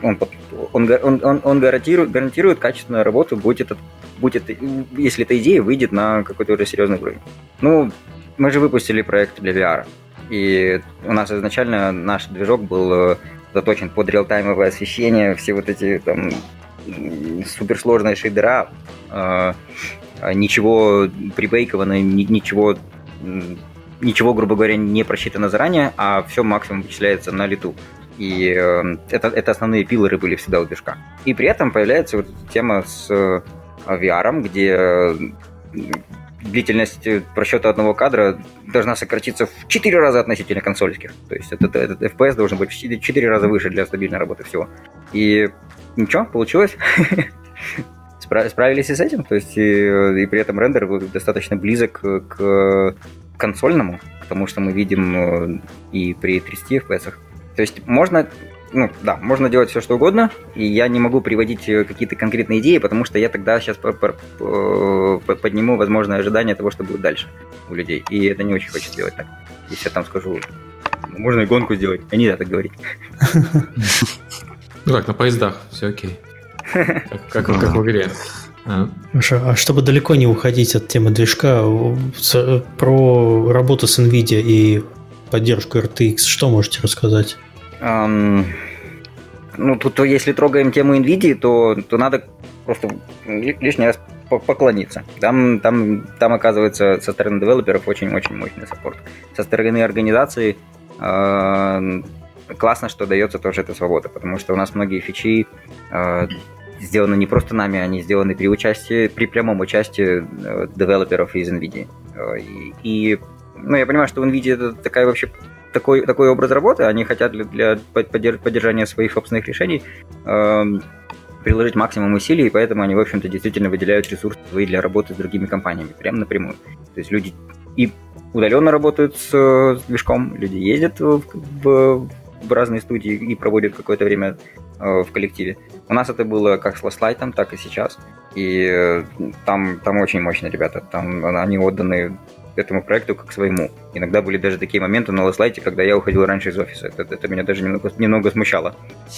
гарантирует качественную работу, если эта идея выйдет на какой-то уже серьезный уровень. Ну, мы же выпустили проект для VR, и у нас изначально наш движок был заточен под реалтаймовое освещение, все вот эти там суперсложные шейдера, ничего прибейковано, ничего, грубо говоря, не просчитано заранее, а все максимум вычисляется на лету. И это основные пилоры были всегда у движка. И при этом появляется вот эта тема с VR, где длительность просчета одного кадра должна сократиться в 4 раза относительно консольских. То есть этот FPS должен быть в 4 раза выше для стабильной работы всего. И ничего, получилось. Справились и с этим. То есть и при этом рендер достаточно близок к консольному, к тому, что мы видим и при 30 FPS. То есть можно делать все, что угодно, и я не могу приводить какие-то конкретные идеи, потому что я тогда сейчас подниму возможное ожидание того, что будет дальше у людей. И это не очень хочется делать так. Если я там скажу, можно и гонку сделать, а не надо так говорить. Ну как, на поездах все окей. Как в игре. Хорошо, а чтобы далеко не уходить от темы движка, про работу с NVIDIA и поддержку RTX, что можете рассказать? Тут если трогаем тему NVIDIA, то надо просто лишний раз поклониться. Там оказывается, со стороны девелоперов очень-очень мощный саппорт. Со стороны организации классно, что дается тоже эта свобода, потому что у нас многие фичи сделаны не просто нами, они сделаны при прямом участии девелоперов из NVIDIA. И я понимаю, что у NVIDIA это такой образ работы, они хотят для поддержания своих собственных решений приложить максимум усилий, и поэтому они, в общем-то, действительно выделяют ресурсы свои для работы с другими компаниями, прямо напрямую. То есть люди и удаленно работают с движком, люди ездят в разные студии и проводят какое-то время в коллективе. У нас это было как с Last Light, так и сейчас. И там очень мощные ребята. Там они отданы этому проекту как своему. Иногда были даже такие моменты на Last Light, когда я уходил раньше из офиса. Это меня даже немного смущало.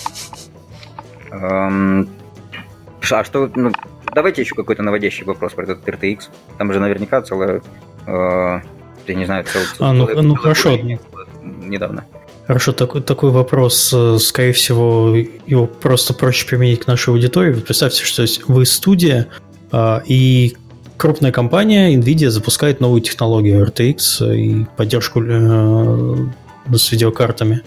Давайте еще какой-то наводящий вопрос про этот RTX. Там же наверняка целая... я не знаю, хорошо. Недавно. Хорошо, такой вопрос, скорее всего, его просто проще применить к нашей аудитории. Представьте, что вы студия, и крупная компания NVIDIA запускает новую технологию RTX и поддержку с видеокартами.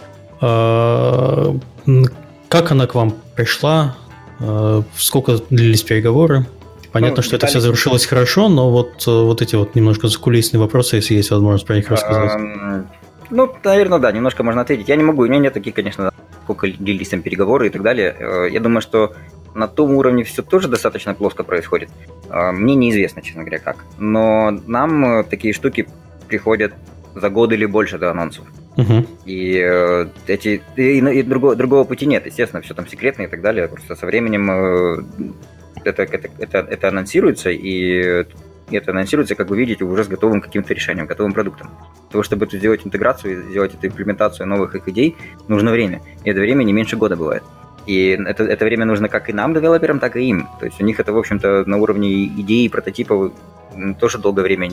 Как она к вам пришла? Сколько длились переговоры? Понятно, что это все завершилось хорошо, но вот эти вот немножко закулисные вопросы, если есть возможность про них рассказать. Наверное, да, немножко можно ответить. Я не могу, у меня нет таких, конечно, сколько длились там переговоры и так далее. Я думаю, что на том уровне все тоже достаточно плоско происходит. Мне неизвестно, честно говоря, как. Но нам такие штуки приходят за год или больше до анонсов. Uh-huh. И другого пути нет. Естественно, все там секретно и так далее. Просто со временем это анонсируется, и это анонсируется, как вы видите, уже с готовым каким-то решением, готовым продуктом. Для того, чтобы сделать интеграцию, сделать эту имплементацию новых их идей, нужно время. И это время не меньше года бывает. И это время нужно как и нам, девелоперам, так и им. То есть у них это, в общем-то, на уровне идей и прототипов тоже долгое время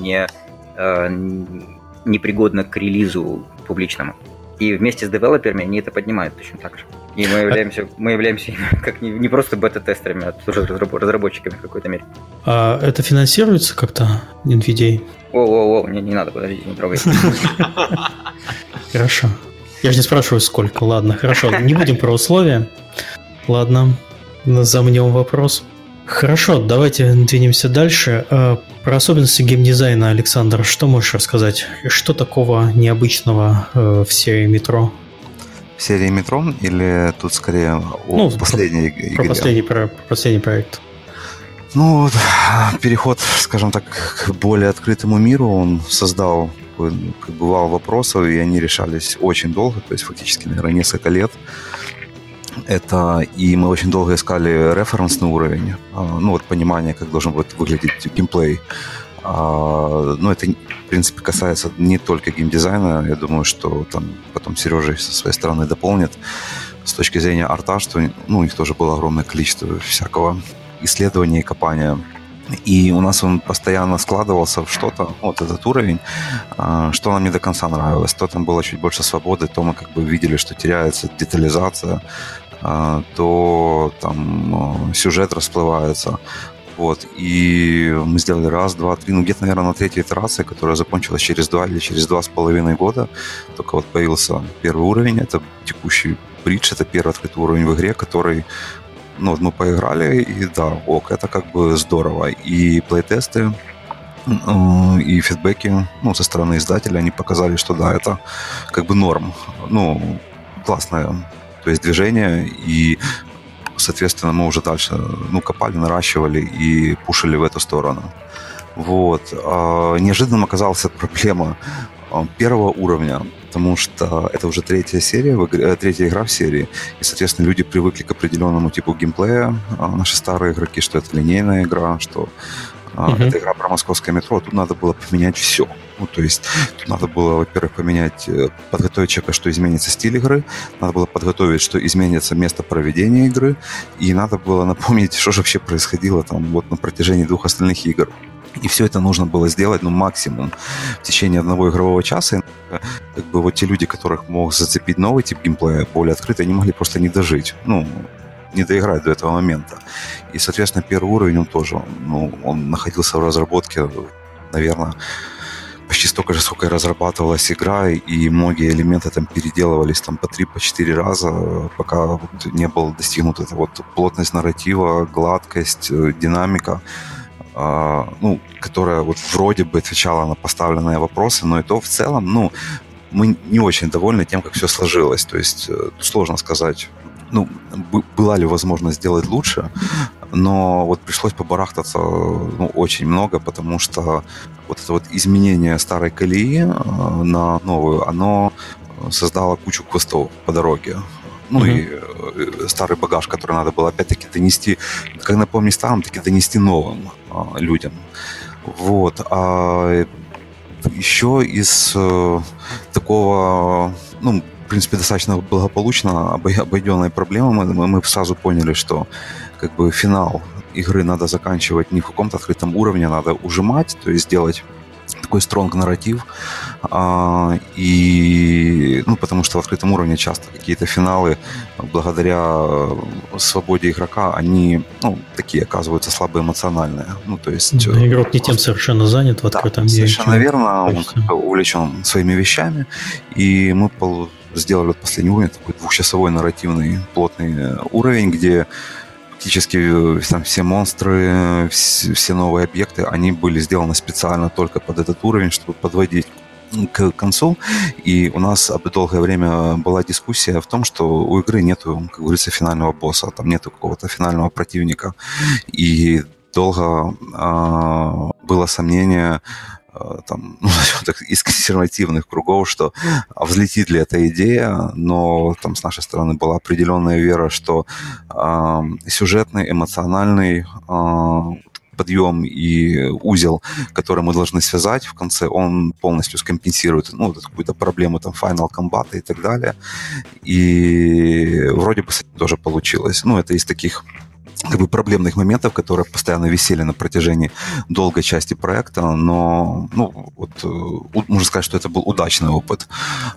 не пригодно к релизу публичному. И вместе с девелоперами они это поднимают точно так же. И мы являемся как не просто бета-тестерами, а тоже разработчиками в какой-то мере. А это финансируется как-то NVIDIA? Не надо, подождите, не трогайте. Хорошо. Я же не спрашиваю, сколько. Ладно, хорошо. Не будем про условия. Ладно, замнем вопрос. Хорошо, давайте двинемся дальше. Про особенности геймдизайна, Александр, что можешь рассказать? Что такого необычного в серии «Метро»? В серии «Метро» или тут скорее о последней игре? Про последний проект. Ну, вот, переход, скажем так, к более открытому миру, он создал вал вопросов, и они решались очень долго, то есть фактически, наверное, несколько лет. И мы очень долго искали референсный уровень, понимание, как должен будет выглядеть геймплей. Это, в принципе, касается не только геймдизайна. Я думаю, что там потом Сережа со своей стороны дополнит. С точки зрения арта, что у них тоже было огромное количество всякого исследования и копания. И у нас он постоянно складывался в что-то, этот уровень, что нам не до конца нравилось. То там было чуть больше свободы, то мы видели, что теряется детализация, то там сюжет расплывается. И мы сделали раз, два, три, где-то, наверное, на третьей итерации, которая закончилась через 2 или через 2,5 года. Только появился первый уровень, это текущий бридж, это первый открытый уровень в игре, который мы поиграли, и да, это здорово. И плейтесты, и фидбэки, со стороны издателя, они показали, что да, это норм. Классное, то есть движение, и соответственно, мы уже дальше копали, наращивали и пушили в эту сторону. Неожиданно оказалась проблема первого уровня, потому что это уже третья игра в серии, и, соответственно, люди привыкли к определенному типу геймплея. Наши старые игроки, что это линейная игра, что это игра про московское метро, тут надо было поменять все. То есть тут надо было, во-первых, подготовить человека, что изменится стиль игры, надо было подготовить, что изменится место проведения игры, и надо было напомнить, что же вообще происходило на протяжении 2 остальных игр. И все это нужно было сделать, максимум в течение 1 игрового часа. Те люди, которых мог зацепить новый тип геймплея, более открытый, они могли просто не дожить. Не доиграть до этого момента. И, соответственно, первый уровень, он тоже, он находился в разработке, наверное, почти столько же, сколько и разрабатывалась игра, и многие элементы там переделывались по 3-4 раза, пока не был достигнут эта плотность нарратива, гладкость, динамика, которая вроде бы отвечала на поставленные вопросы, но и то в целом, мы не очень довольны тем, как все сложилось. То есть сложно сказать, была ли возможность сделать лучше, но пришлось побарахтаться очень много, потому что это изменение старой колеи на новую, оно создало кучу квестов по дороге. И старый багаж, который надо было опять-таки донести, как напомнить старым, так и донести новым людям. А еще из такого, в принципе, достаточно благополучно обойденной проблемы мы сразу поняли, что финал игры надо заканчивать не в каком-то открытом уровне, надо ужимать, то есть делать такой стронг нарратив, потому что в открытом уровне часто какие-то финалы, благодаря свободе игрока, они, такие оказываются слабоэмоциональные. То есть... Игрок не тем совершенно занят в открытом мире. Совершенно верно, он увлечен своими вещами, и мы сделали последний уровень, такой 2-часовой нарративный плотный уровень, где практически там все монстры, все новые объекты, они были сделаны специально только под этот уровень, чтобы подводить к концу. И у нас долгое время была дискуссия в том, что у игры нету, как говорится, финального босса, там нету какого-то финального противника. И долго было сомнение из консервативных кругов, что взлетит ли эта идея, но там с нашей стороны была определенная вера, что сюжетный, эмоциональный подъем и узел, который мы должны связать в конце, он полностью скомпенсирует какую-то проблему Final Combat и так далее. И вроде бы с этим тоже получилось. Это из таких проблемных моментов, которые постоянно висели на протяжении долгой части проекта, но можно сказать, что это был удачный опыт.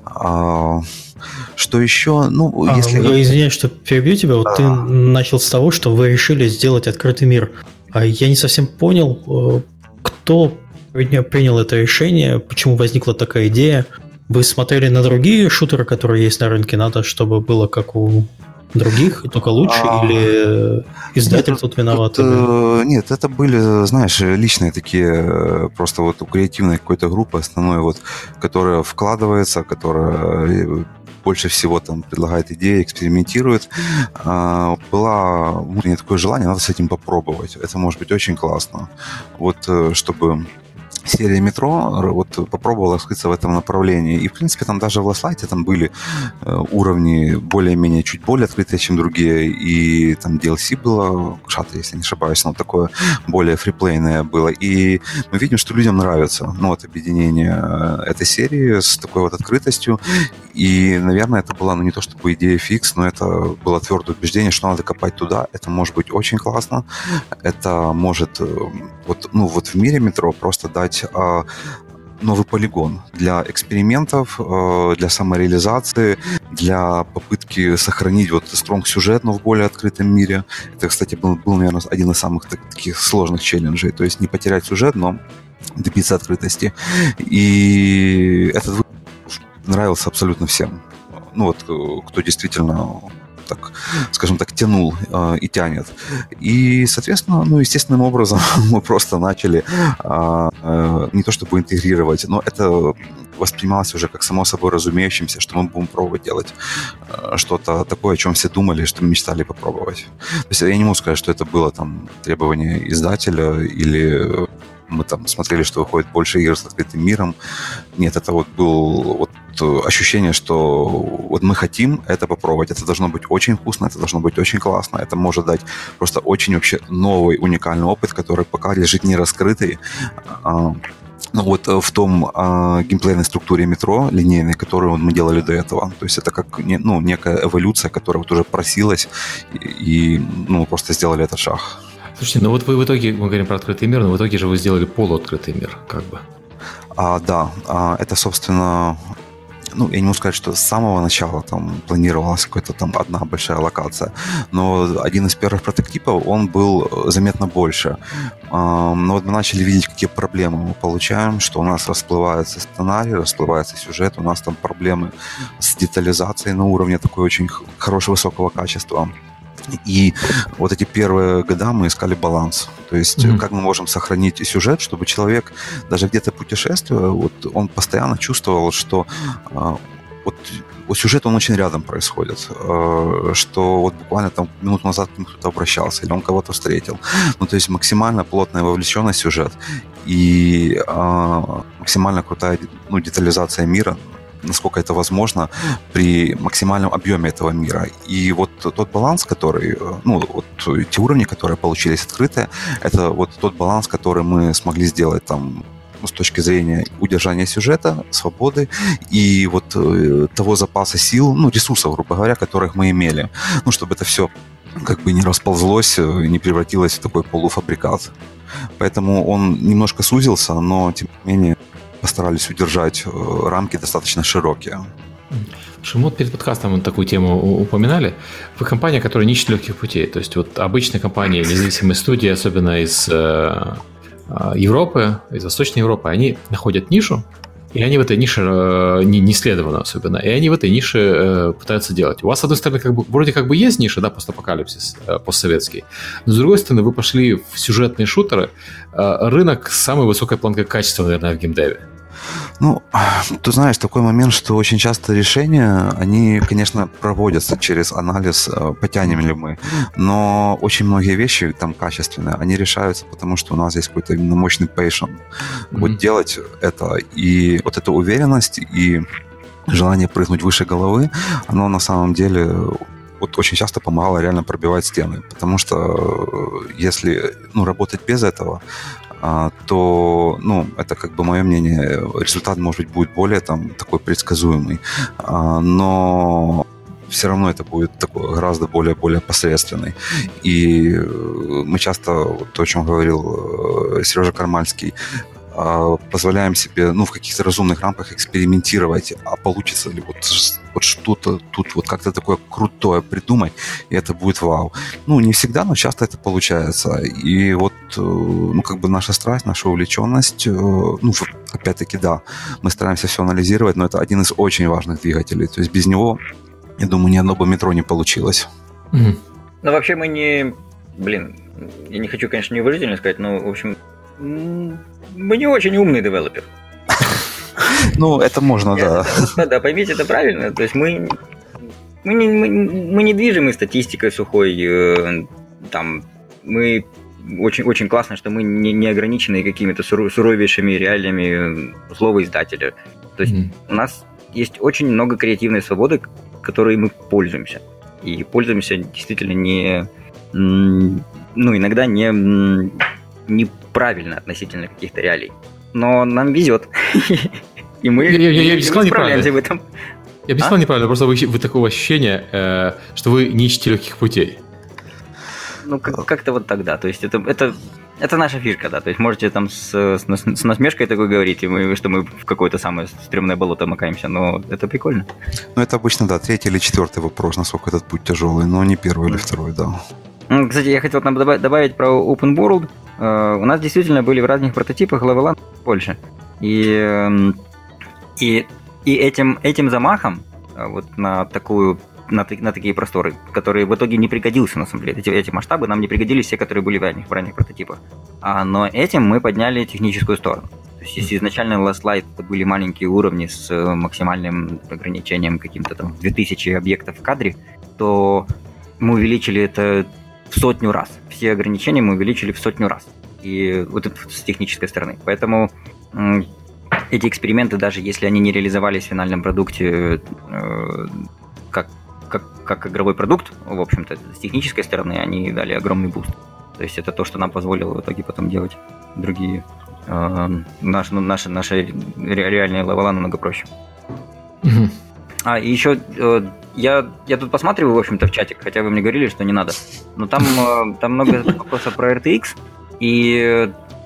Что еще? Если... Извиняюсь, что перебью тебя. Ты начал с того, что вы решили сделать открытый мир. Я не совсем понял, кто принял это решение, почему возникла такая идея. Вы смотрели на другие шутеры, которые есть на рынке? Надо, чтобы было как у других, только лучше, или издатель тут виноват? Нет, это были, знаешь, личные такие, просто вот у креативной какой-то группы основной, вот, которая вкладывается, которая больше всего там предлагает идеи, экспериментирует. Было внутреннее такое желание, надо с этим попробовать. Это может быть очень классно. Вот, чтобы серия «Метро» вот попробовала раскрыться в этом направлении. И, в принципе, там даже в Last Light там были уровни более-менее чуть более открытые, чем другие. И там DLC было, шатер, если не ошибаюсь, но такое более фриплейное было. И мы видим, что людям нравится, ну, вот объединение этой серии с такой вот открытостью. И, наверное, это была, ну, не то чтобы идея фикс, но это было твердое убеждение, что надо копать туда. Это может быть очень классно. Это может вот, ну, вот в мире «Метро» просто дать новый полигон для экспериментов, для самореализации, для попытки сохранить вот стронг сюжет, но в более открытом мире. Это, кстати, был, наверное, один из самых таких сложных челленджей. То есть не потерять сюжет, но добиться открытости. И этот выпуск нравился абсолютно всем. Ну вот, кто действительно, так, скажем так, тянул и тянет. И, соответственно, ну, естественным образом мы просто начали не то чтобы интегрировать, но это воспринималось уже как само собой разумеющимся, что мы будем пробовать делать что-то такое, о чем все думали, что мы мечтали попробовать. То есть я не могу сказать, что это было там требование издателя или мы там смотрели, что выходит больше игр с открытым миром. Нет, это вот было вот ощущение, что вот мы хотим это попробовать. Это должно быть очень вкусно, это должно быть очень классно. Это может дать просто очень вообще новый, уникальный опыт, который пока лежит не раскрытый. Ну, вот в том геймплейной структуре «Метро» линейной, которую мы делали до этого. То есть это как, ну, некая эволюция, которая вот уже просилась, и ну, просто сделали этот шаг. Слушайте, ну вот вы в итоге, мы говорим про открытый мир, но в итоге же вы сделали полуоткрытый мир, как бы. Да, это, собственно, ну, я не могу сказать, что с самого начала там планировалась какая-то там одна большая локация, но один из первых прототипов, он был заметно больше. Но вот мы начали видеть, какие проблемы мы получаем, что у нас расплывается сценарий, расплывается сюжет, у нас там проблемы с детализацией на уровне такой очень хорошего, высокого качества. И вот эти первые года мы искали баланс. То есть, как мы можем сохранить сюжет, чтобы человек, даже где-то путешествуя, вот он постоянно чувствовал, что вот сюжет, он очень рядом происходит. Что вот буквально там минуту назад к нему кто-то обращался, или он кого-то встретил. Ну, то есть максимально плотная вовлеченность в сюжет и максимально крутая, ну, детализация мира, насколько это возможно, при максимальном объеме этого мира. И вот тот баланс, который, ну, вот те уровни, которые получились открытые, это вот тот баланс, который мы смогли сделать там, ну, с точки зрения удержания сюжета, свободы и вот того запаса сил, ну, ресурсов, грубо говоря, которых мы имели. Ну, чтобы это все как бы не расползлось, не превратилось в такой полуфабрикат. Поэтому он немножко сузился, но, тем не менее, постарались удержать рамки достаточно широкие. Мы вот перед подкастом вот такую тему упоминали. Вы компания, которая не ищет легких путей. То есть вот обычные компании, независимые студии, особенно из Европы, из Восточной Европы, они находят нишу, и они в этой нише не исследованы особенно, и они в этой нише пытаются делать. У вас, с одной стороны, как бы, вроде как бы есть ниша, да, постапокалипсис постсоветский, но с другой стороны, вы пошли в сюжетные шутеры, рынок с самой высокой планкой качества, наверное, в геймдеве. Ну, ты знаешь, такой момент, что очень часто решения, они, конечно, проводятся через анализ, потянем ли мы, но очень многие вещи там качественные, они решаются, потому что у нас есть какой-то именно мощный passion. Вот делать это, и вот эта уверенность, и желание прыгнуть выше головы, оно на самом деле вот очень часто помогало реально пробивать стены, потому что если, ну, работать без этого, то, ну, это как бы мое мнение, результат, может быть, будет более там такой предсказуемый, но все равно это будет такой гораздо более посредственный. И мы часто, вот то, о чем говорил Сережа Кармальский, позволяем себе, ну, в каких-то разумных рамках экспериментировать, а получится ли вот что-то тут вот как-то такое крутое придумать, и это будет вау. Ну, не всегда, но часто это получается. И вот, ну, как бы наша страсть, наша увлеченность, ну, опять-таки, да, мы стараемся все анализировать, но это один из очень важных двигателей. То есть без него, я думаю, ни одно бы метро не получилось. Ну, вообще мы не... Блин, я не хочу, конечно, неуважительно сказать, но, в общем, мы не очень умный девелопер. Ну, это можно, да. Да, поймите это правильно. То есть мы не движимы статистикой сухой. Там мы очень классно, что мы не ограничены какими-то суровейшими реалиями злого издателя. То есть у нас есть очень много креативной свободы, которой мы пользуемся. И пользуемся действительно иногда неправильно относительно каких-то реалий. Но нам везет. И мы справляемся в этом. Я объяснял неправильно, просто вы такого ощущения, что вы не ищете легких путей. Ну, как-то вот тогда. То есть это наша фишка, да. То есть можете там с насмешкой такой говорить, что мы в какое-то самое стрёмное болото макаемся, но это прикольно. Ну, это обычно, да, 3-й или 4-й вопрос, насколько этот путь тяжелый, но не 1-й или 2-й, да. Кстати, я хотел там добавить про Open World. У нас действительно были в разных прототипах левела больше. И этим замахом вот на такие просторы, которые в итоге не пригодился, на самом деле. Эти масштабы нам не пригодились все, которые были в ранних прототипах. Но этим мы подняли техническую сторону. То есть, если изначально Last Light это были маленькие уровни с максимальным ограничением каким-то там 2000 объектов в кадре, то мы увеличили это в 100 раз. Все ограничения мы увеличили в 100 раз. И вот это с технической стороны. Поэтому эти эксперименты, даже если они не реализовались в финальном продукте как игровой продукт, в общем-то, с технической стороны они дали огромный буст. То есть это то, что нам позволило в итоге потом делать другие наши реальные левела намного проще. И еще я тут посматриваю, в общем-то, в чатик, хотя вы мне говорили, что не надо. Но там много вопросов про RTX, и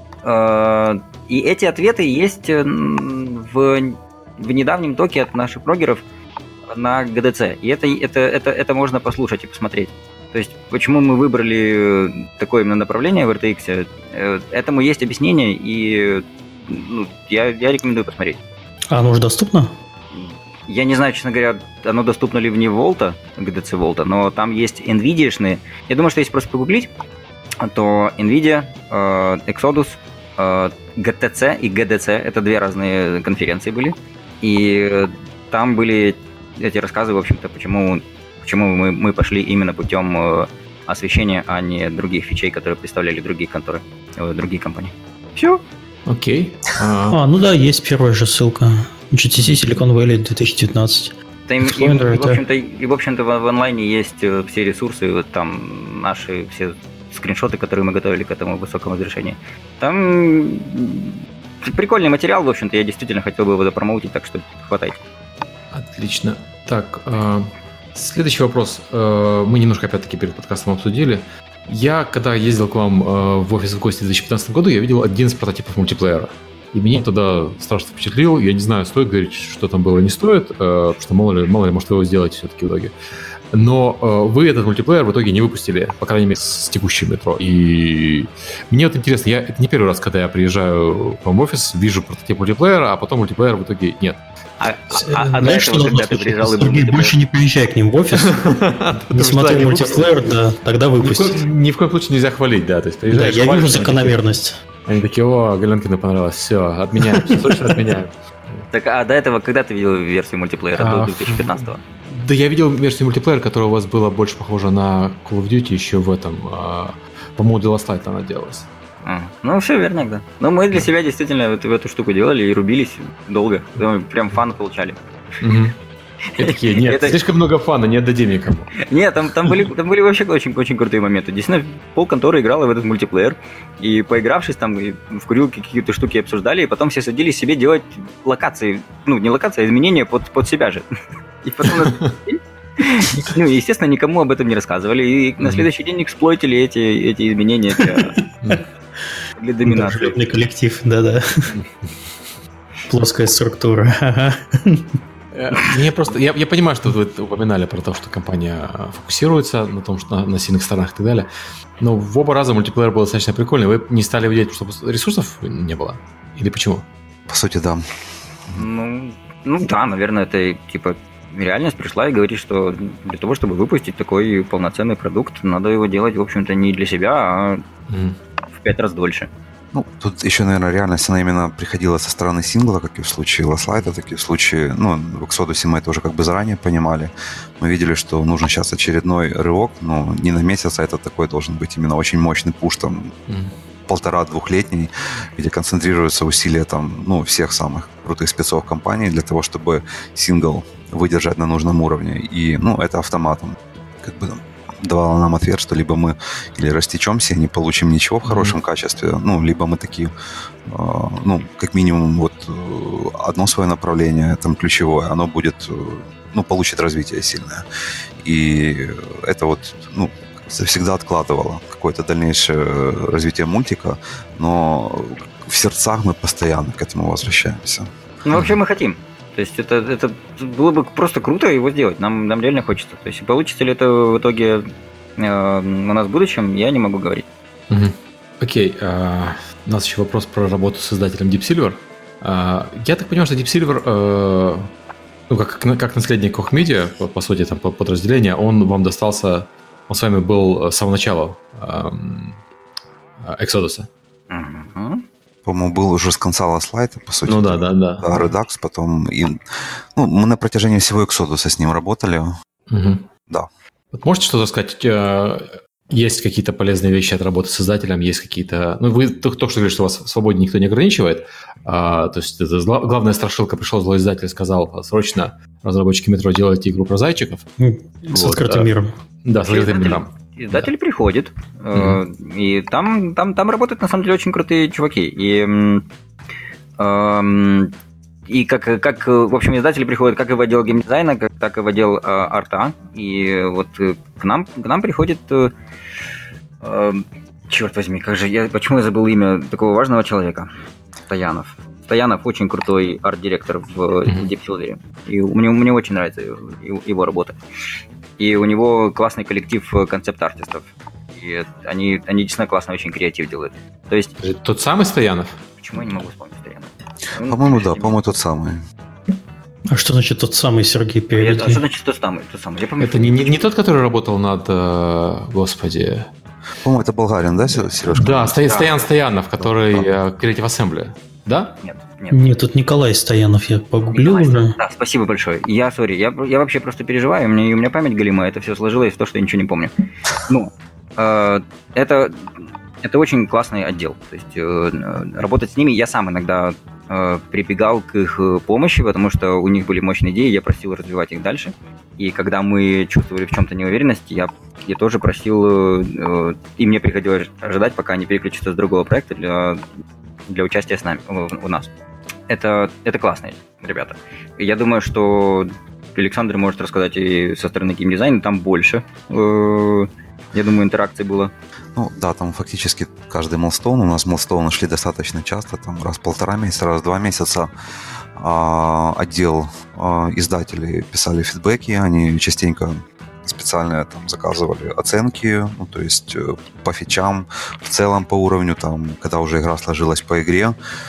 эти ответы есть в недавнем токе от наших прогеров на GDC. И это можно послушать и посмотреть. То есть, почему мы выбрали такое именно направление в RTX, этому есть объяснение, и я рекомендую посмотреть. А оно уже доступно? Я не знаю, честно говоря, оно доступно ли вне Волта, GDC Волта, но там есть NVIDIA-шные. Я думаю, что если просто погуглить, то NVIDIA, Exodus, GTC и GDC — это две разные конференции были. И там были эти рассказы, в общем-то, почему мы пошли именно путем освещения, а не других фичей, которые представляли другие конторы, другие компании. Все. Окей. Ну да, есть первая же ссылка. GTC Silicon Valley 2019. В общем-то, в онлайне есть все ресурсы, вот там наши все скриншоты, которые мы готовили к этому высокому разрешению. Там прикольный материал, в общем-то, я действительно хотел бы его запромоутить, так что хватайте. Отлично. Так, следующий вопрос. Мы немножко, опять-таки, перед подкастом обсудили. Я, когда ездил к вам в офис в гости в 2015 году, я видел один из прототипов мультиплеера. И меня тогда страшно впечатлил. Я не знаю, стоит говорить, что там было, не стоит, потому что мало ли, может, вы его сделаете все-таки в итоге. Но вы этот мультиплеер в итоге не выпустили, по крайней мере, с текущим метро. И мне вот интересно, это не первый раз, когда я приезжаю к вам в офис, вижу прототип мультиплеера, а потом мультиплеера в итоге нет. Знаешь, что нужно слушать? Больше не приезжай к ним в офис. Не смотри мультиплеер, да, тогда выпусти. Ни в коем случае нельзя хвалить, да. Да, я вижу закономерность. Они такие: о, Галенкину понравилось, все, отменяем, срочно отменяем. Так, а до этого когда ты видел версию мультиплеера, до 2015-го? Да, я видел версию мультиплеера, которая у вас была больше похожа на Call of Duty еще в этом, по-моему, для Last Light она делалась. Ну, все верно, да. Но мы для себя действительно в эту штуку делали и рубились долго. Прям фан получали. И такие: нет, слишком много фана, не отдадим никому. Нет, там были вообще очень крутые моменты. Действительно, полконторы играла в этот мультиплеер, и поигравшись там, и в курилке какие-то штуки обсуждали, и потом все садились себе делать локации, не локации, а изменения под себя же. И потом, естественно, никому об этом не рассказывали, и на следующий день эксплойтили эти изменения для доминации. Дружелюбный коллектив, да-да. Плоская структура. Мне просто, я понимаю, что вы упоминали про то, что компания фокусируется на том, что на сильных сторонах и так далее, но в оба раза мультиплеер был достаточно прикольный. Вы не стали видеть, чтобы ресурсов не было? Или почему? По сути, да. Ну да, наверное, это типа реальность пришла и говорит, что для того, чтобы выпустить такой полноценный продукт, надо его делать, в общем-то, не для себя, а в 5 раз дольше. Ну, тут еще, наверное, реальность, она именно приходила со стороны сингла, как и в случае Last Light, так и в случае, в Exodus мы это уже как бы заранее понимали. Мы видели, что нужен сейчас очередной рывок, но не на месяц, а это такой должен быть именно очень мощный пуш, там, 1,5-2-летний, где концентрируются усилия там, всех самых крутых спецов компании для того, чтобы сингл выдержать на нужном уровне. И, это автоматом как бы давало нам ответ, что либо мы или растечемся и не получим ничего в хорошем качестве, либо мы такие, как минимум, вот одно свое направление, там, ключевое, оно будет, получит развитие сильное. И это вот, всегда откладывало какое-то дальнейшее развитие мультика, но в сердцах мы постоянно к этому возвращаемся. Вообще мы хотим. То есть это было бы просто круто его сделать. Нам реально хочется. То есть получится ли это в итоге у нас в будущем, я не могу говорить. Окей. У нас еще вопрос про работу с издателем Deep Silver. Я так понимаю, что Deep Silver, как наследник Koch Media, по сути, там подразделение, он вам достался, он с вами был с самого начала Exodus. По-моему, был уже с конца Last Light, по сути. Да. Redux, потом... мы на протяжении всего Exodus с ним работали. Да. Вот можете что-то сказать? Есть какие-то полезные вещи от работы с издателем? Есть какие-то... вы только что говорили, что вас в свободе никто не ограничивает. То есть это главная страшилка, пришел злой издатель, сказал, срочно, разработчики Metro, делайте игру про зайчиков. С открытым миром. Да, с открытым миром. Издатель приходит, и там работают, на самом деле, очень крутые чуваки. И как в общем, издатели приходят как и в отдел геймдизайна, так и в отдел арта. И вот к нам приходит... черт возьми, почему я забыл имя такого важного человека? Стоянов. Стоянов очень крутой арт-директор в Deep Silver. И мне очень нравится его работа. И у него классный коллектив концепт-артистов. И они действительно классно очень креатив делают. То есть... Тот самый Стоянов? Почему я не могу вспомнить Стоянова? По-моему, да, по-моему, тот самый. А что значит тот самый, Сергей, переведи? А что значит тот самый? Я помню, это не тот, который работал над... Господи... По-моему, это болгарин, да, Сережка? Да, Стоян Стоянов, который Creative Assembly. Да? Нет, тут Николай Стоянов, я погуглил уже. Да, спасибо большое. Я вообще просто переживаю, у меня память голимая, это все сложилось в то, что я ничего не помню. Это очень классный отдел. То есть работать с ними, я сам иногда прибегал к их помощи, потому что у них были мощные идеи, я просил развивать их дальше. И когда мы чувствовали в чем-то неуверенность, я тоже просил, и мне приходилось ожидать, пока они переключатся с другого проекта для участия с нами, у нас. Это классные ребята. И я думаю, что Александр может рассказать и со стороны геймдизайна, там больше, я думаю, интеракций было. Да, там фактически каждый милстоун, у нас милстоуны шли достаточно часто, там раз в 1,5 месяца, раз в 2 месяца. Отдел издателей писали фидбэки, они частенько специально там заказывали оценки, то есть по фичам, в целом по уровню, там, когда уже игра сложилась по игре.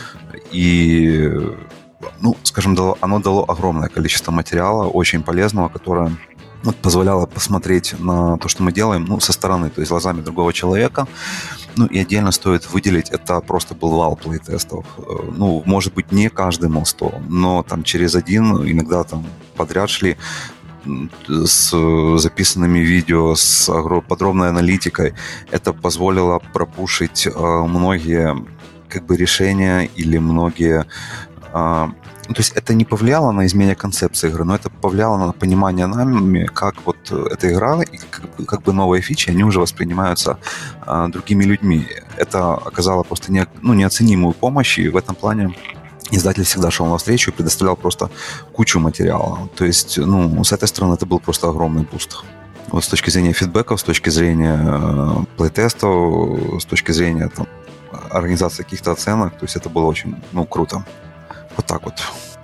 И, скажем, оно дало огромное количество материала, очень полезного, которое позволяло посмотреть на то, что мы делаем, со стороны, то есть глазами другого человека. И отдельно стоит выделить, это просто был вал плейтестов. Может быть, не каждый милстоун, но там через один, иногда там подряд шли с записанными видео, с подробной аналитикой. Это позволило пропушить многие решения или многие... То есть это не повлияло на изменение концепции игры, но это повлияло на понимание нами, как вот эта игра и как бы новые фичи, они уже воспринимаются другими людьми. Это оказало просто неоценимую помощь, и в этом плане издатель всегда шел навстречу и предоставлял просто кучу материала. То есть, с этой стороны это был просто огромный буст. Вот с точки зрения фидбэков, с точки зрения плейтестов, с точки зрения организации каких-то оценок, то есть это было очень, круто. Вот так вот.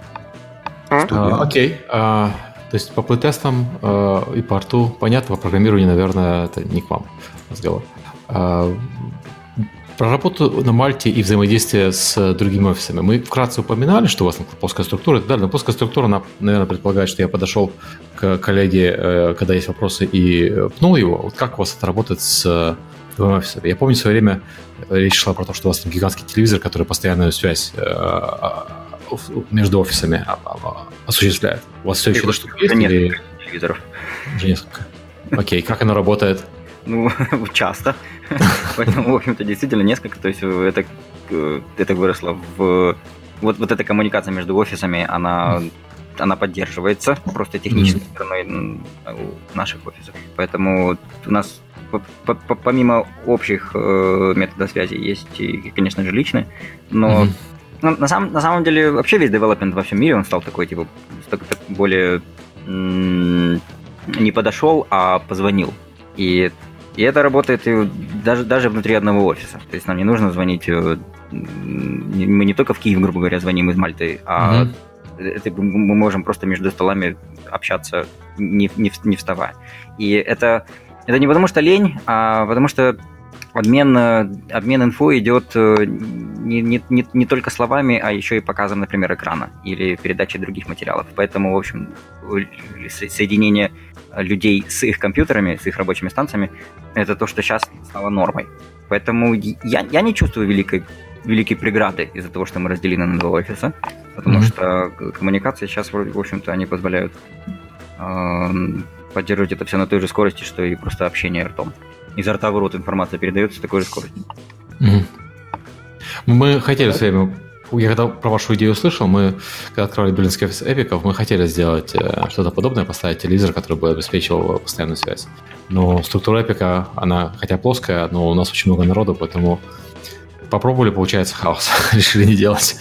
Окей. То есть по плейтестам и по арту понятно, по программированию, наверное, это не к вам разговор. Про работу на Мальте и взаимодействие с другими офисами. Мы вкратце упоминали, что у вас плоская структура и так далее, но плоская структура, она, наверное, предполагает, что я подошел к коллеге, когда есть вопросы, и пнул его. Вот как у вас это работает с другими офисами? Я помню, в свое время речь шла про то, что у вас там гигантский телевизор, который постоянную связь между офисами осуществляет. У вас все еще эта штука есть? Несколько телевизоров. Уже несколько. Окей, как оно работает? Ну, часто. Поэтому, в общем-то, действительно несколько. То есть это выросло в... Вот эта коммуникация между офисами, она поддерживается просто технической стороной наших офисов. Поэтому у нас помимо общих методов связи есть и, конечно же, личные, но на самом деле вообще весь девелопмент во всем мире, он стал такой, типа, более не подошел, а позвонил. И это работает даже внутри одного офиса. То есть нам не нужно звонить... Мы не только в Киев, грубо говоря, звоним из Мальты, а мы можем просто между столами общаться, не вставая. И это не потому что лень, а потому что обмен инфо идет не только словами, а еще и показом, например, экрана или передачей других материалов. Поэтому, в общем, соединение людей с их компьютерами, с их рабочими станциями, это то, что сейчас стало нормой. Поэтому я не чувствую великой преграды из-за того, что мы разделены на два офиса, потому что коммуникации сейчас, в общем-то, они позволяют поддерживать это все на той же скорости, что и просто общение ртом. Изо рта в рот информация передается с такой же скоростью. Мы хотели в свое время... Я когда про вашу идею услышал, мы, когда открывали берлинский офис эпиков, мы хотели сделать что-то подобное, поставить телевизор, который бы обеспечивал постоянную связь. Но структура эпика, она хотя плоская, но у нас очень много народу, поэтому попробовали, получается хаос. Решили не делать.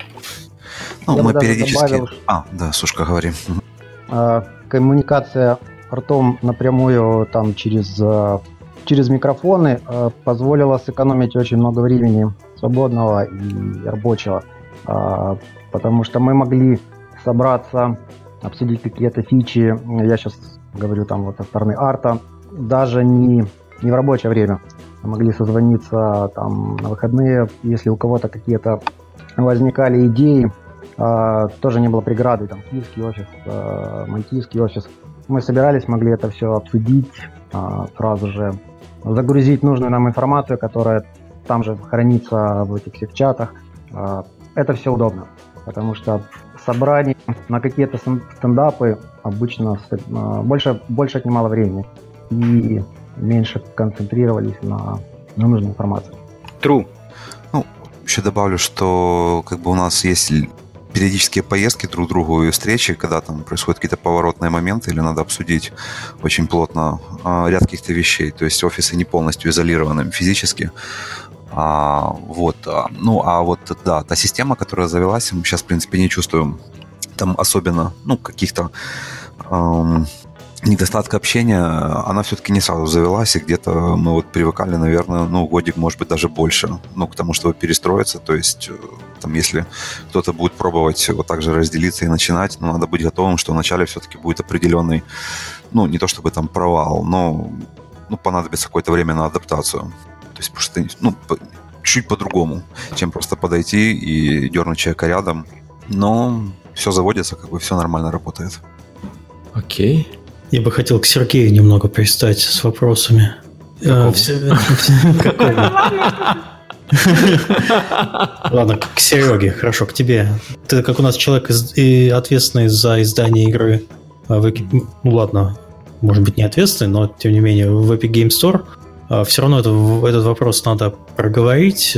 Ну, мы периодически... Да, Сушка, говори. Коммуникация ртом напрямую там через микрофоны позволила сэкономить очень много времени свободного и рабочего, потому что мы могли собраться, обсудить какие-то фичи, я сейчас говорю там вот со стороны арта, даже не в рабочее время. Мы могли созвониться там на выходные, если у кого-то какие-то возникали идеи, тоже не было преграды, там киевский офис, мальтийский офис. Мы собирались, могли это все обсудить, сразу же загрузить нужную нам информацию, которая там же хранится в этих всех чатах. Это все удобно, потому что собрание на какие-то стендапы обычно больше отнимало времени и меньше концентрировались на нужной информации. True. Ну, еще добавлю, что как бы у нас есть периодические поездки друг к другу и встречи, когда там происходят какие-то поворотные моменты или надо обсудить очень плотно ряд каких-то вещей. То есть офисы не полностью изолированы физически. Та система, которая завелась, мы сейчас, в принципе, не чувствуем там особенно, каких-то недостатка общения, она все-таки не сразу завелась, и где-то мы вот привыкали, наверное, годик, может быть, даже больше, к тому, чтобы перестроиться. То есть, там, если кто-то будет пробовать вот так же разделиться и начинать, надо быть готовым, что вначале все-таки будет определенный, не то чтобы там провал, но понадобится какое-то время на адаптацию. То есть, просто, чуть по-другому, чем просто подойти и дернуть человека рядом. Но все заводится, все нормально работает. Окей. Я бы хотел к Сергею немного пристать с вопросами. Ладно, к Сереге, хорошо, к тебе. Ты как у нас человек ответственный за издание игры. Ладно, может быть, не ответственный, но тем не менее в Epic Game Store. Все равно этот вопрос надо проговорить.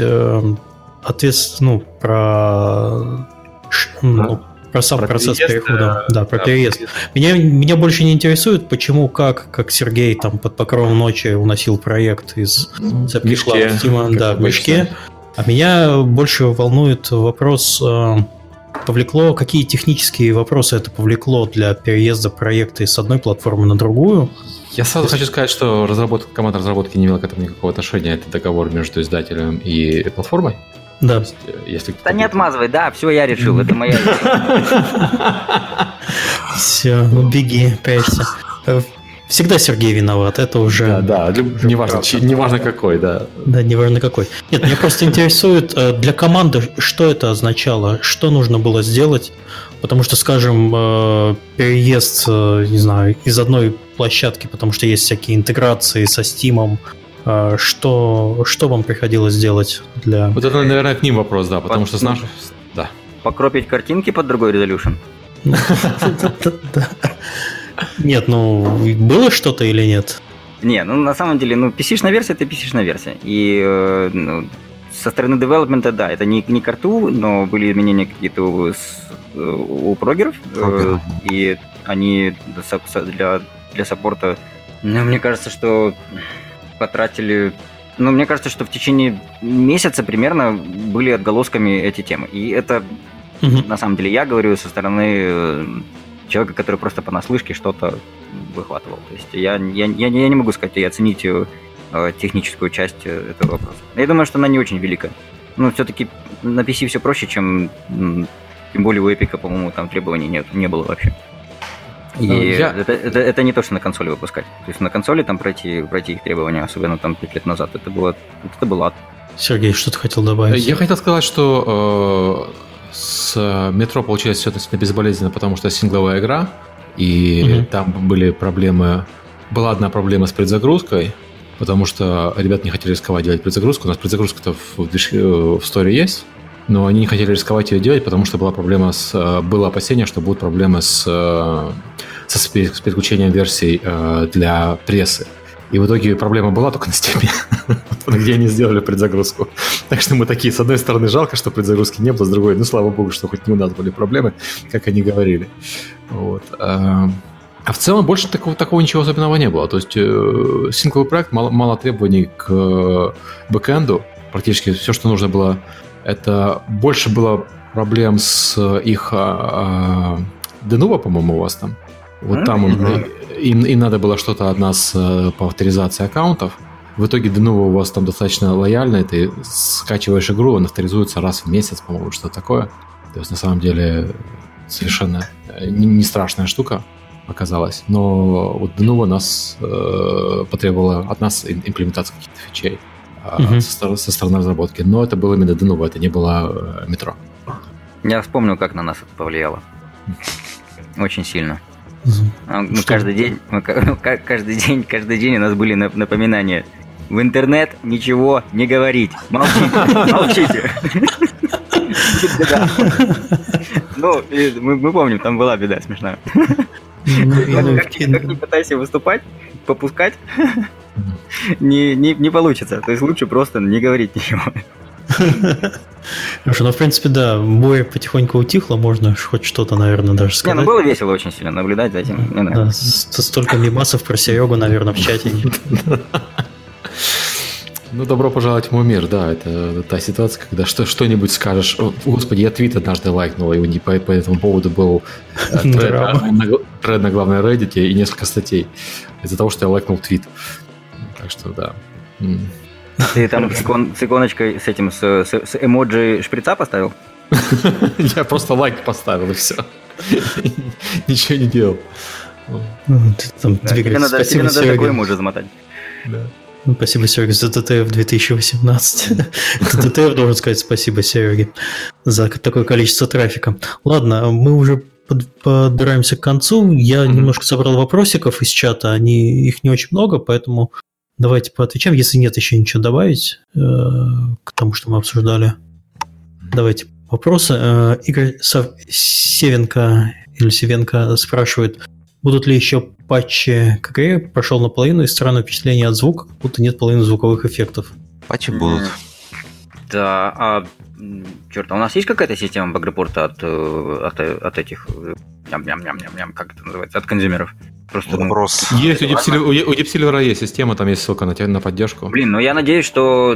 Про сам процесс перехода. Да, про переезд. Меня больше не интересует, почему, как Сергей там под покровом ночи уносил проект из Steam, в мешке. А меня больше волнует вопрос, какие технические вопросы это повлекло для переезда проекта с одной платформы на другую. Я сразу хочу сказать, что команда разработки не имела к этому никакого отношения. Это договор между издателем и платформой. Да. Да не отмазывай, да, все, я решил, это моя идея. Все, беги, прячься. Всегда Сергей виноват, это уже... Да, неважно какой, да. Да, неважно какой. Нет, меня просто интересует, для команды, что это означало, что нужно было сделать, потому что, скажем, переезд, не знаю, из одной площадки, потому что есть всякие интеграции со Steam, что вам приходилось делать для... Вот это, наверное, к ним вопрос, да, потому что с нашей... Да. Покропить картинки под другой резолюшн? Нет, было что-то или нет? Не, на самом деле, PC-шная версия – это PC-шная версия. И со стороны девелопмента, да, это не карту, но были изменения какие-то у прогеров, и они для саппорта, мне кажется, что потратили... мне кажется, что в течение месяца примерно были отголосками эти темы. И это, на самом деле, я говорю со стороны человека, который просто понаслышке что-то выхватывал. То есть я не могу сказать и оценить техническую часть этого вопроса. Я думаю, что она не очень велика. Все-таки на PC все проще, чем... Тем более у Epic, по-моему, там требований не было вообще. И это не то, что на консоли выпускать. То есть на консоли там пройти их требования, особенно там 5 лет назад, это было ад. Сергей, что ты хотел добавить? Я хотел сказать, что с метро получилось все относительно безболезненно, потому что сингловая игра, и там были проблемы. Была одна проблема с предзагрузкой, потому что ребята не хотели рисковать делать предзагрузку. У нас предзагрузка-то в сторе есть, но они не хотели рисковать ее делать, потому что было опасение, что будут проблемы с переключением версий для прессы. И в итоге проблема была только на Steam, где они сделали предзагрузку. Так что мы такие, с одной стороны, жалко, что предзагрузки не было, с другой, слава богу, что хоть не у нас были проблемы, как они говорили. Вот. А в целом больше такого ничего особенного не было. То есть сингловый проект, мало требований к бэкэнду. Практически все, что нужно было, это больше было проблем с их Denuvo, по-моему, у вас там. Вот там им надо было что-то от нас по авторизации аккаунтов. В итоге Denuvo у вас там достаточно лояльно. Ты скачиваешь игру, он авторизуется раз в месяц, по-моему, что-то такое. То есть, на самом деле, совершенно не страшная штука оказалась. Но вот Denuvo нас потребовала от нас имплементацию каких-то фичей со стороны разработки. Но это было именно Denuvo, это не было метро. Я вспомнил, как на нас это повлияло. Очень сильно. Каждый день у нас были напоминания. В интернет ничего не говорить. Молчите. Мы помним, там была беда смешная. Как ни пытайся выступать, попускать, не получится. То есть лучше просто не говорить ничего. Хорошо, в принципе, да, бой потихоньку утихло, можно хоть что-то, наверное, даже сказать. Было весело очень сильно наблюдать за этим. Да, столько мемасов про Серегу, наверное, в чате. Добро пожаловать в мой мир, да, это та ситуация, когда что-нибудь скажешь. Господи, я твит однажды лайкнул, и по этому поводу был тред на главной Reddit и несколько статей из-за того, что я лайкнул твит. Так что, да. Ты там с иконочкой, с эмоджи шприца поставил? Я просто лайк поставил, и все. Ничего не делал. Тебе надо такой эмоджи замотать. Спасибо, Серега, за ТТФ 2018. ТТФ должен сказать спасибо Сереге за такое количество трафика. Ладно, мы уже подбираемся к концу. Я немножко собрал вопросиков из чата, их не очень много, поэтому давайте поотвечаем. Если нет еще ничего добавить к тому, что мы обсуждали. Давайте вопросы. Игорь Севенко спрашивает, будут ли еще патчи к игре? Прошел наполовину, и странное впечатление от звука, как будто нет половины звуковых эффектов. Патчи будут. Да, черт, а у нас есть какая-то система баг-репорта от этих, как это называется, от консюмеров? Просто вопрос. Есть, у DeepSilver есть система, там есть ссылка на поддержку. Я надеюсь, что...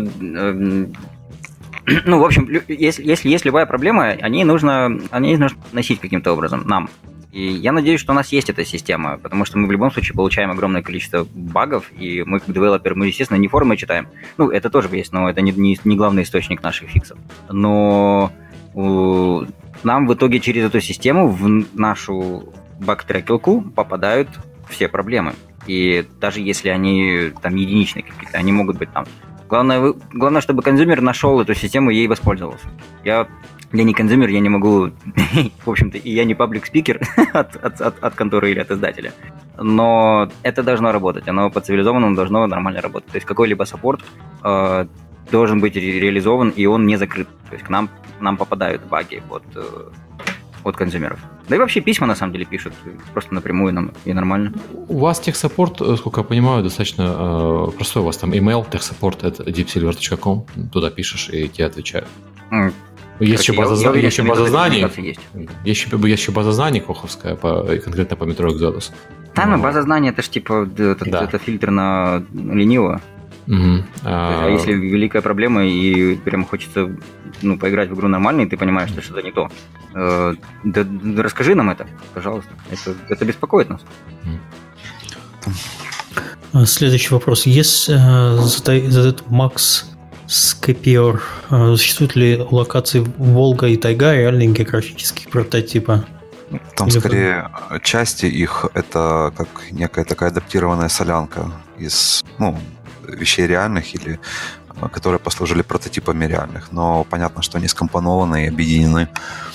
в общем, если есть любая проблема, о ней нужно носить каким-то образом нам. И я надеюсь, что у нас есть эта система, потому что мы в любом случае получаем огромное количество багов, и мы как девелопер, мы, естественно, не форумы читаем. Это тоже есть, но это не главный источник наших фиксов. Но нам в итоге через эту систему в нашу баг-трекилку попадают все проблемы. И даже если они там единичные какие-то, они могут быть там. Главное, чтобы консюмер нашел эту систему и ей воспользовался. Я не консюмер, я не могу, в общем-то, и я не паблик-спикер от конторы или от издателя. Но это должно работать, оно по-цивилизованному должно нормально работать. То есть какой-либо саппорт должен быть реализован, и он не закрыт. То есть к нам попадают баги от консюмеров. Да и вообще письма, на самом деле, пишут просто напрямую нам, и нормально. У вас техсаппорт, сколько я понимаю, достаточно простой. У вас там email techsupport@deepsilver.com, туда пишешь, и тебе отвечают. Есть еще база знаний. Есть еще база знаний коховская, конкретно по метро Exodus. Там база знаний, это ж типа это фильтр на лениво. А если великая проблема и прям хочется поиграть в игру нормально, и ты понимаешь, что что-то не то, да расскажи нам это, пожалуйста. Это беспокоит нас. Следующий вопрос. Задает Макс Скопиор. Существуют ли локации Волга и Тайга реальные географические прототипы? Там скорее части их это как некая такая адаптированная солянка из вещей реальных или которые послужили прототипами реальных. Но понятно, что они скомпонованы и объединены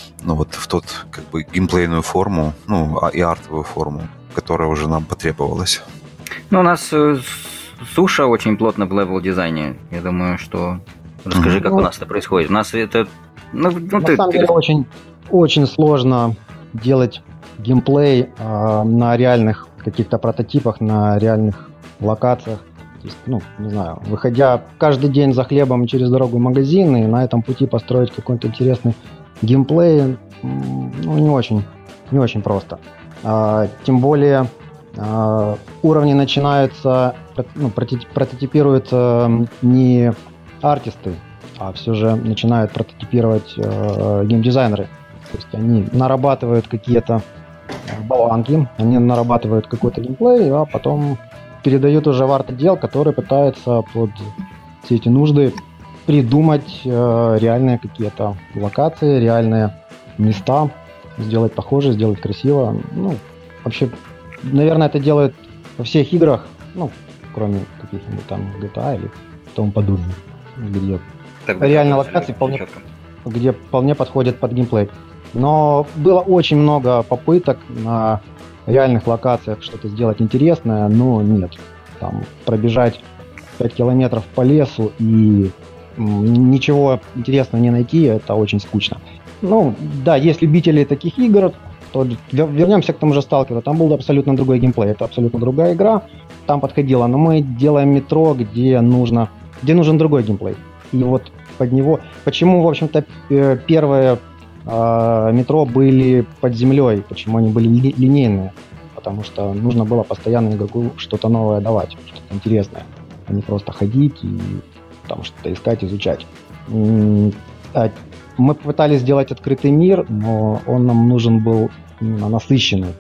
в тот как бы геймплейную форму, и артовую форму, которая уже нам потребовалась. У нас суша очень плотно в левел-дизайне. Я думаю, что... Расскажи, как у нас это происходит. У нас это... на самом деле очень, очень сложно делать геймплей на реальных каких-то прототипах, на реальных локациях. То есть, не знаю, выходя каждый день за хлебом через дорогу в магазин и на этом пути построить какой-то интересный геймплей, не очень просто. Тем более уровни начинаются, прототипируются не артисты, а все же начинают прототипировать геймдизайнеры. То есть они нарабатывают какие-то болванки, они нарабатывают какой-то геймплей, а потом передают уже в арт-отдел, который пытается под все эти нужды придумать реальные какие-то локации, реальные места, сделать похоже, сделать красиво. Вообще, наверное, это делают во всех играх, кроме каких-нибудь там GTA или тому подобное, где реальные локации где вполне подходят под геймплей. Но было очень много попыток на реальных локациях что-то сделать интересное, но нет. Там пробежать 5 километров по лесу и ничего интересного не найти, это очень скучно. Да, есть любители таких игр, то вернемся к тому же Сталкеру. Там был абсолютно другой геймплей, это абсолютно другая игра, там подходило. Но мы делаем метро, где нужен другой геймплей. И вот под него... Почему, в общем-то, первые метро были под землей, почему они были линейные? Потому что нужно было постоянно игроку что-то новое давать, что-то интересное, а не просто ходить и там что-то искать, изучать. Мы попытались сделать открытый мир, но он нам нужен был насыщенный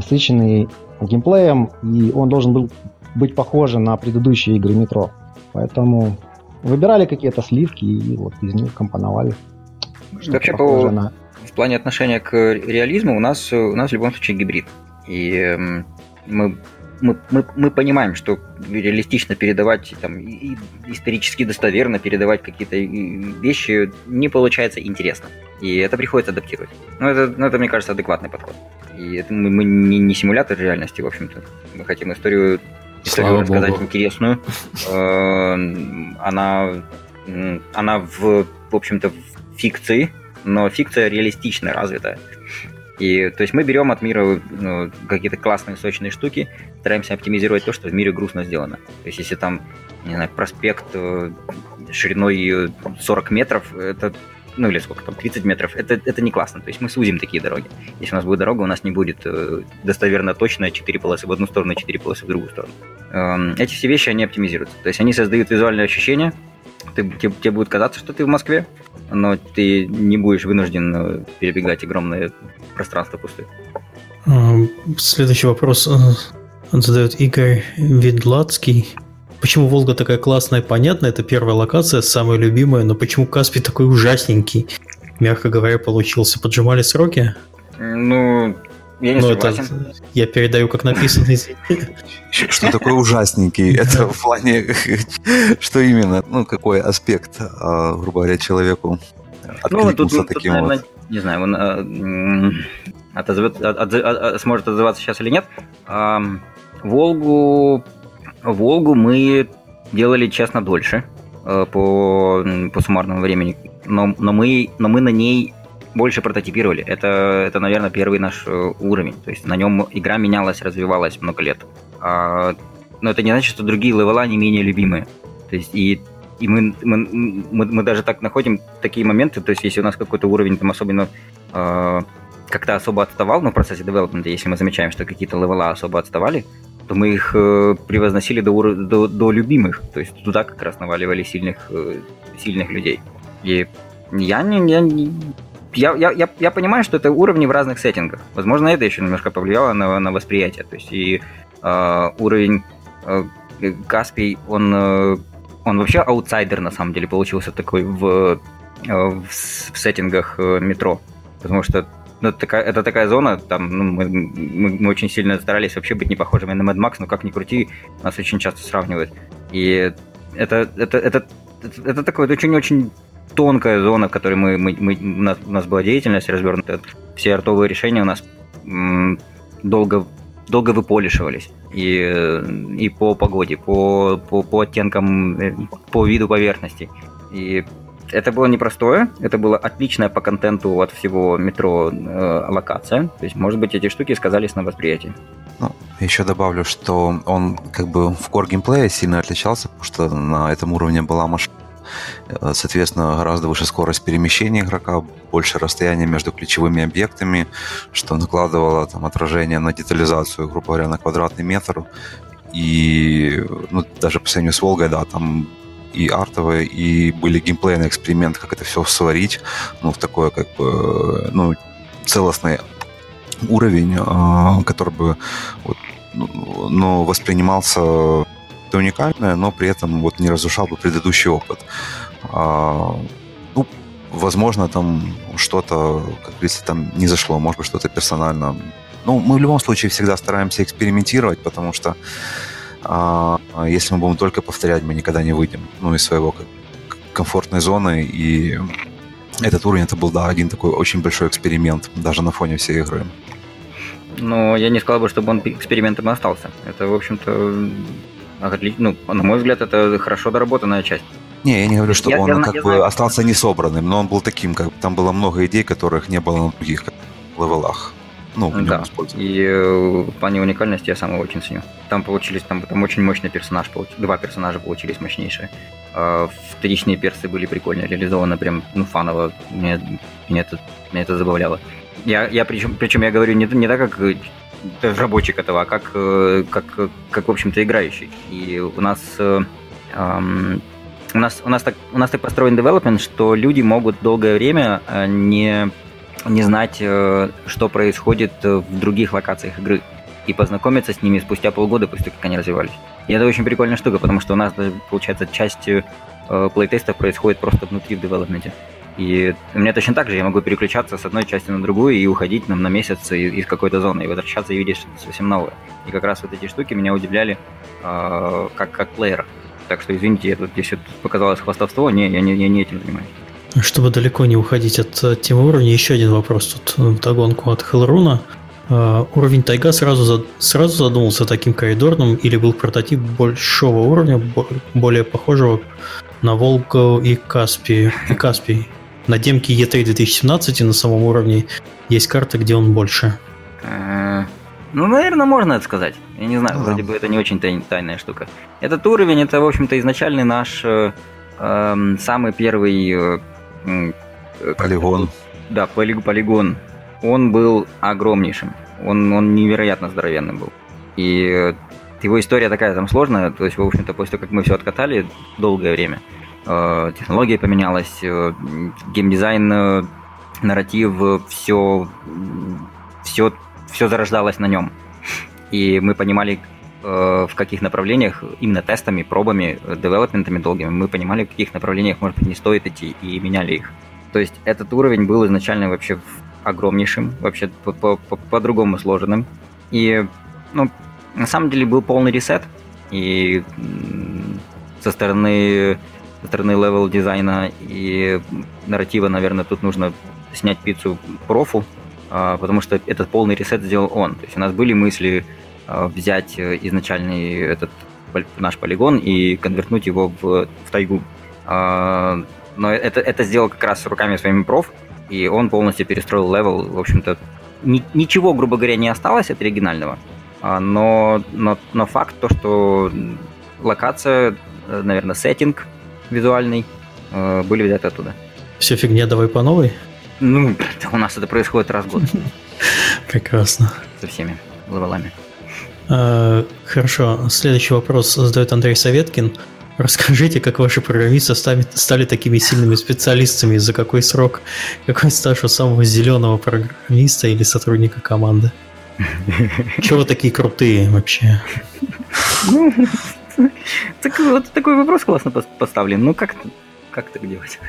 геймплеем, и он должен был быть похожим на предыдущие игры метро. Поэтому выбирали какие-то сливки и вот из них компоновали. Вообще, в плане отношения к реализму у нас в любом случае гибрид. И мы понимаем, что реалистично передавать, и исторически достоверно передавать какие-то вещи не получается интересно. И это приходится адаптировать. Это, мне кажется, адекватный подход. И это мы не симулятор реальности, в общем-то. Мы хотим историю рассказать интересную. Она в общем-то, в фикции, но фикция реалистичная, развитая. И, то есть мы берем от мира какие-то классные, сочные штуки, стараемся оптимизировать то, что в мире грустно сделано. То есть если там, не знаю, проспект шириной 40 метров, это, или сколько там, 30 метров, это не классно. То есть мы сузим такие дороги. Если у нас будет дорога, у нас не будет достоверно точно 4 полосы в одну сторону, 4 полосы в другую сторону. Эти все вещи, они оптимизируются. То есть они создают визуальное ощущение. Тебе будет казаться, что ты в Москве, но ты не будешь вынужден перебегать огромное пространство пустое. Следующий вопрос задает Игорь Видлацкий. Почему Волга такая классная и понятная? Это первая локация, самая любимая, но почему Каспий такой ужасненький? Мягко говоря, получился. Поджимали сроки? Я не согласен. Я передаю как написано. Что такое ужасненький? Это в плане, что именно? Ну, какой аспект, грубо говоря, человеку откликнулся таким вот? Наверное, не знаю, он сможет отзываться сейчас или нет. Волгу мы делали, честно, дольше по суммарному времени, но мы на ней больше прототипировали. Это, наверное, первый наш уровень. То есть на нем игра менялась, развивалась много лет. Но это не значит, что другие левела не менее любимые. То есть и мы даже так находим такие моменты. То есть если у нас какой-то уровень там особенно как-то особо отставал, в процессе девелопмента, если мы замечаем, что какие-то левела особо отставали, то мы их превозносили до любимых. То есть туда как раз наваливали сильных людей. И я понимаю, что это уровни в разных сеттингах. Возможно, это еще немножко повлияло на восприятие. То есть и уровень Каспий, он вообще аутсайдер, на самом деле, получился такой в сеттингах метро. Потому что это такая зона, там мы очень сильно старались вообще быть не похожими на Mad Max, но как ни крути, нас очень часто сравнивают. И это такое очень-очень тонкая зона, в которой у нас была деятельность развернута. Все артовые решения у нас долго выполишивались. И по погоде, по оттенкам, по виду поверхности. И это было непростое, это было отличная по контенту от всего метро локация. То есть, может быть, эти штуки сказались на восприятии. Ну, еще добавлю, что он как бы в core геймплее сильно отличался, потому что на этом уровне была машина. Соответственно, гораздо выше скорость перемещения игрока, больше расстояние между ключевыми объектами, что накладывало там отражение на детализацию, грубо говоря, на квадратный метр. И даже по сравнению с Волгой, да, там и артовые, и были геймплейные эксперименты, как это все сварить, в такой как бы, целостный уровень, который бы воспринимался уникальное, но при этом не разрушал бы предыдущий опыт. Возможно, там что-то, как говорится, там не зашло, может быть, что-то персонально. Мы в любом случае всегда стараемся экспериментировать, потому что если мы будем только повторять, мы никогда не выйдем из своего комфортной зоны. И этот уровень, это был, да, один такой очень большой эксперимент, даже на фоне всей игры. Но я не сказал бы, чтобы он экспериментом и остался. Это, в общем-то, на мой взгляд, это хорошо доработанная часть. Не, я не говорю, что он остался не собранным, но он был таким, там было много идей, которых не было на других левелах. Да, и в плане уникальности я сам его очень ценю. Там очень мощный персонаж, два персонажа получились мощнейшие. Вторичные персы были прикольно реализованы, прям фаново, меня это забавляло. Причем я говорю не так, как разработчик этого, а как в общем-то, играющий. И у нас так построен девелопмент, что люди могут долгое время не знать, что происходит в других локациях игры, и познакомиться с ними спустя полгода после того, как они развивались. И это очень прикольная штука, потому что у нас, получается, часть плейтестов происходит просто внутри в девелопменте. И у меня точно так же, я могу переключаться с одной части на другую и уходить на месяц из какой-то зоны, и возвращаться и видеть что-то совсем новое. И как раз вот эти штуки меня удивляли как плеера. Так что, извините, если тут показалось хвастовство, я не этим занимаюсь. Чтобы далеко не уходить от темы уровня, еще один вопрос тут вдогонку от Хеллруна. Уровень тайга сразу задумался таким коридорным или был прототип большого уровня, более похожего на Волгу и Каспий? На демке E3 2017 и на самом уровне есть карты, где он больше. Наверное, можно это сказать. Я не знаю, вроде бы это не очень тайная штука. Этот уровень, это, в общем-то, изначальный наш самый первый... полигон. Да, полигон. Он был огромнейшим. Он невероятно здоровенным был. И его история такая там сложная. То есть, в общем-то, после того, как мы все откатали долгое время, технология поменялась, геймдизайн, нарратив, все зарождалось на нем. И мы понимали, в каких направлениях, именно тестами, пробами, девелопментами долгими, мы понимали, в каких направлениях, может быть, не стоит идти, и меняли их. То есть этот уровень был изначально вообще огромнейшим, вообще по-другому сложенным. И, на самом деле был полный ресет, и со стороны левел-дизайна и нарратива, наверное, тут нужно снять пиццу профу, потому что этот полный ресет сделал он. То есть у нас были мысли взять изначальный наш полигон и конвертнуть его в тайгу. Но это сделал как раз руками своими проф, и он полностью перестроил левел. В общем-то, ничего, грубо говоря, не осталось от оригинального, но факт то, что локация, наверное, сеттинг визуальный были взяты оттуда. Все фигня, давай по новой? У нас это происходит раз в год. Прекрасно. Со всеми левелами. Хорошо. Следующий вопрос задает Андрей Советкин. Расскажите, как ваши программисты стали такими сильными специалистами, за какой срок, какой стаж у самого зеленого программиста или сотрудника команды? Чего вы такие крутые вообще? Вот такой вопрос классно поставлен. Как так делать?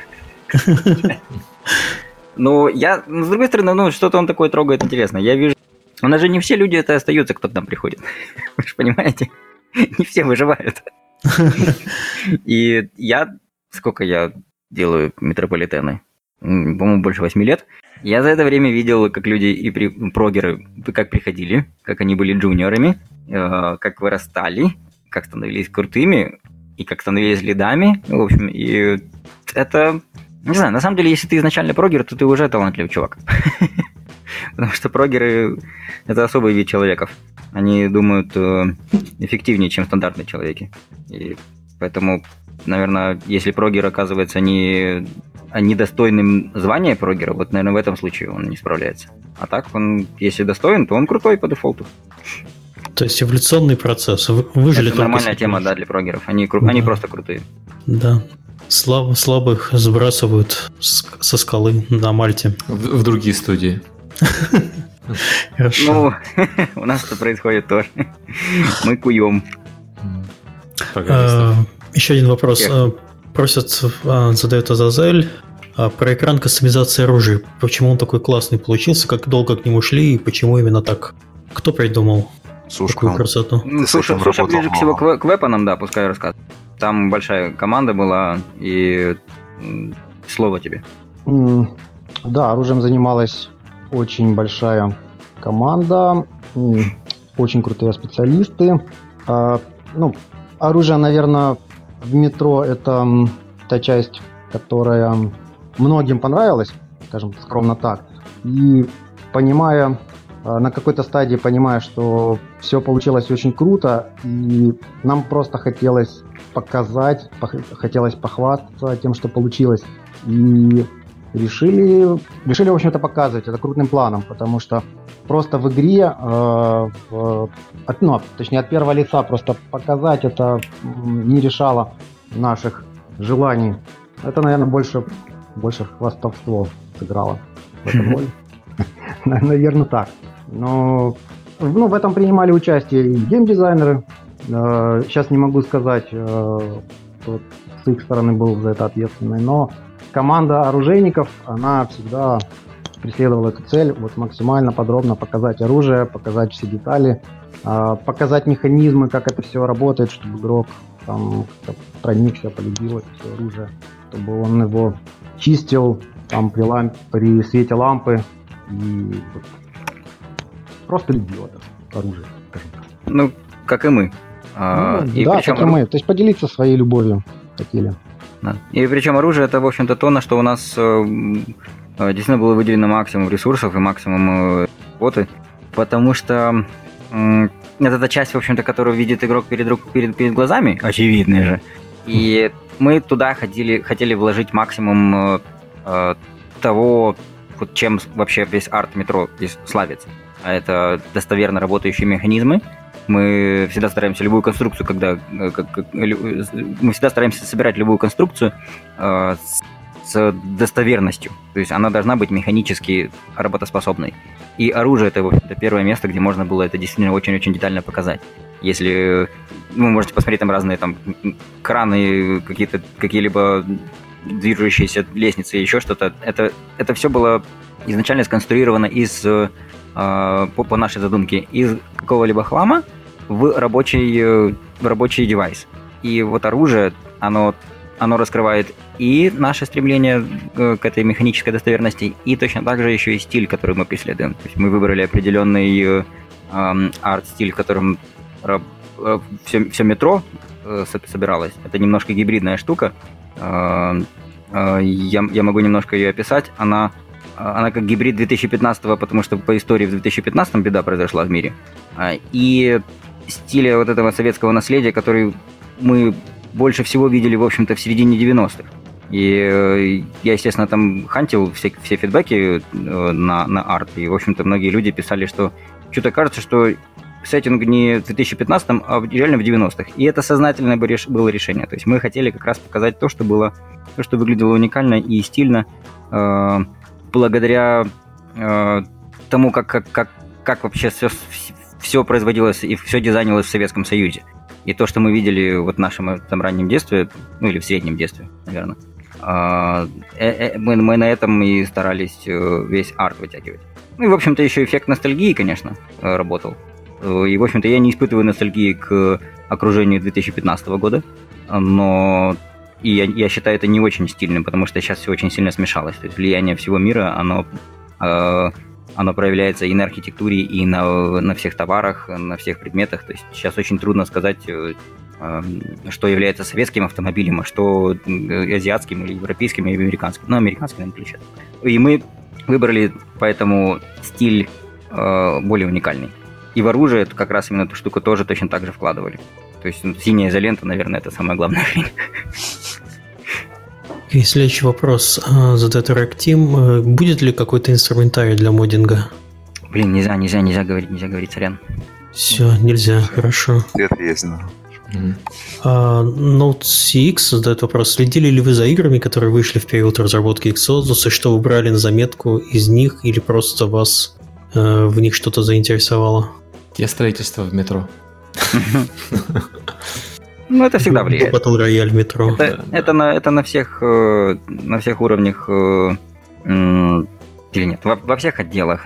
С другой стороны, что-то он такое трогает интересно. Я вижу, у нас же не все люди это остаются, кто к нам приходит. Вы же понимаете? Не все выживают. И сколько я делаю метрополитены? По-моему, больше 8 лет. Я за это время видел, как люди и прогеры как приходили, как они были джуниорами, как вырастали, как становились крутыми и как становились лидами. В общем, и это... Не знаю, на самом деле, если ты изначально прогер, то ты уже талантливый чувак. Потому что прогеры – это особый вид человеков. Они думают эффективнее, чем стандартные человеки. И поэтому, наверное, если прогер оказывается недостойным звания прогера, вот, наверное, в этом случае он не справляется. А так, он, если достоин, то он крутой по дефолту. То есть эволюционный процесс. Выжили это нормальная тема, да, для прогеров. Они просто крутые. Да. Слабых сбрасывают со скалы на Мальте. В другие студии. Хорошо. У нас это происходит тоже. Мы куем. Еще один вопрос. Задает Азазель про экран кастомизации оружия. Почему он такой классный получился, как долго к нему шли и почему именно так? Кто придумал такую красоту? Суша ближе всего к вепонам, да, пускай рассказывает. Там большая команда была, и слово тебе. Да, оружием занималась очень большая команда, очень крутые специалисты. Оружие, наверное, в метро это та часть, которая многим понравилась, скажем скромно так. И на какой-то стадии понимая, что все получилось очень круто, и нам просто хотелось показать, хотелось похвастаться тем, что получилось. И решили, в общем-то, показывать это крупным планом, потому что просто в игре, от первого лица просто показать это не решало наших желаний. Это, наверное, больше хвастовство сыграло в этом роли. Наверное, так. Но в этом принимали участие и геймдизайнеры. Сейчас не могу сказать, кто с их стороны был за это ответственный, но команда оружейников, она всегда преследовала эту цель, вот максимально подробно показать оружие, показать все детали, показать механизмы, как это все работает, чтобы игрок там проникся, полюбил это все оружие, чтобы он его чистил там при свете лампы и просто любил это оружие, скажем так. Как и мы. Как и мы. То есть поделиться своей любовью хотели. Да. И причем оружие это, в общем-то, то, на что у нас действительно было выделено максимум ресурсов и максимум работы, потому что это та часть, в общем-то, которую видит игрок перед глазами, очевидно же. И мы туда хотели вложить максимум того, чем вообще весь арт метро здесь славится. А это достоверно работающие механизмы. Мы всегда стараемся любую конструкцию, мы всегда стараемся собирать любую конструкцию с достоверностью. То есть она должна быть механически работоспособной. И оружие это первое место, где можно было это действительно очень-очень детально показать. Если вы можете посмотреть там разные там краны, какие-либо движущиеся лестницы, еще что-то. Это все было изначально сконструировано по нашей задумке из какого-либо хлама в рабочий девайс. И вот оружие, оно раскрывает и наше стремление к этой механической достоверности, и точно так же еще и стиль, который мы преследуем. То есть мы выбрали определенный арт-стиль, в котором все метро собиралось. Это немножко гибридная штука. Я могу немножко ее описать. Она как гибрид 2015-го, потому что по истории в 2015-м беда произошла в мире. И стиля вот этого советского наследия, который мы больше всего видели, в общем-то, в середине 90-х. И я, естественно, там хантил все фидбэки на арт, и, в общем-то, многие люди писали, что что-то кажется, что сеттинг не в 2015-м, а реально в 90-х. И это сознательное было решение. То есть мы хотели как раз показать то, что выглядело уникально и стильно, благодаря тому, как вообще все производилось и все дизайнилось в Советском Союзе. И то, что мы видели вот в нашем там раннем детстве, ну или в среднем детстве, наверное, мы на этом и старались весь арт вытягивать. Ну и, в общем-то, еще эффект ностальгии, конечно, работал. И, в общем-то, я не испытываю ностальгии к окружению 2015 года, но я считаю это не очень стильным, потому что сейчас все очень сильно смешалось. То есть влияние всего мира, оно проявляется и на архитектуре, и на всех товарах, на всех предметах. То есть сейчас очень трудно сказать, что является советским автомобилем, а что азиатским или европейским или американским. Ну, американским, наверное, ключ. И мы выбрали поэтому стиль более уникальный. И в оружие как раз именно эту штуку тоже точно так же вкладывали. То есть синяя изолента, наверное, это самое главное. И следующий вопрос задает Rec Team. Будет ли какой-то инструментарий для моддинга? Блин, нельзя говорить, сорян. Все, нельзя, хорошо. Это есть, да. Note CX задает вопрос. Следили ли вы за играми, которые вышли в период разработки Exodus, и что вы брали на заметку из них, или просто вас в них что-то заинтересовало? Те строительства в метро. Ну, это всегда влияет. Battle Royale в метро. Это на всех уровнях или нет, во всех отделах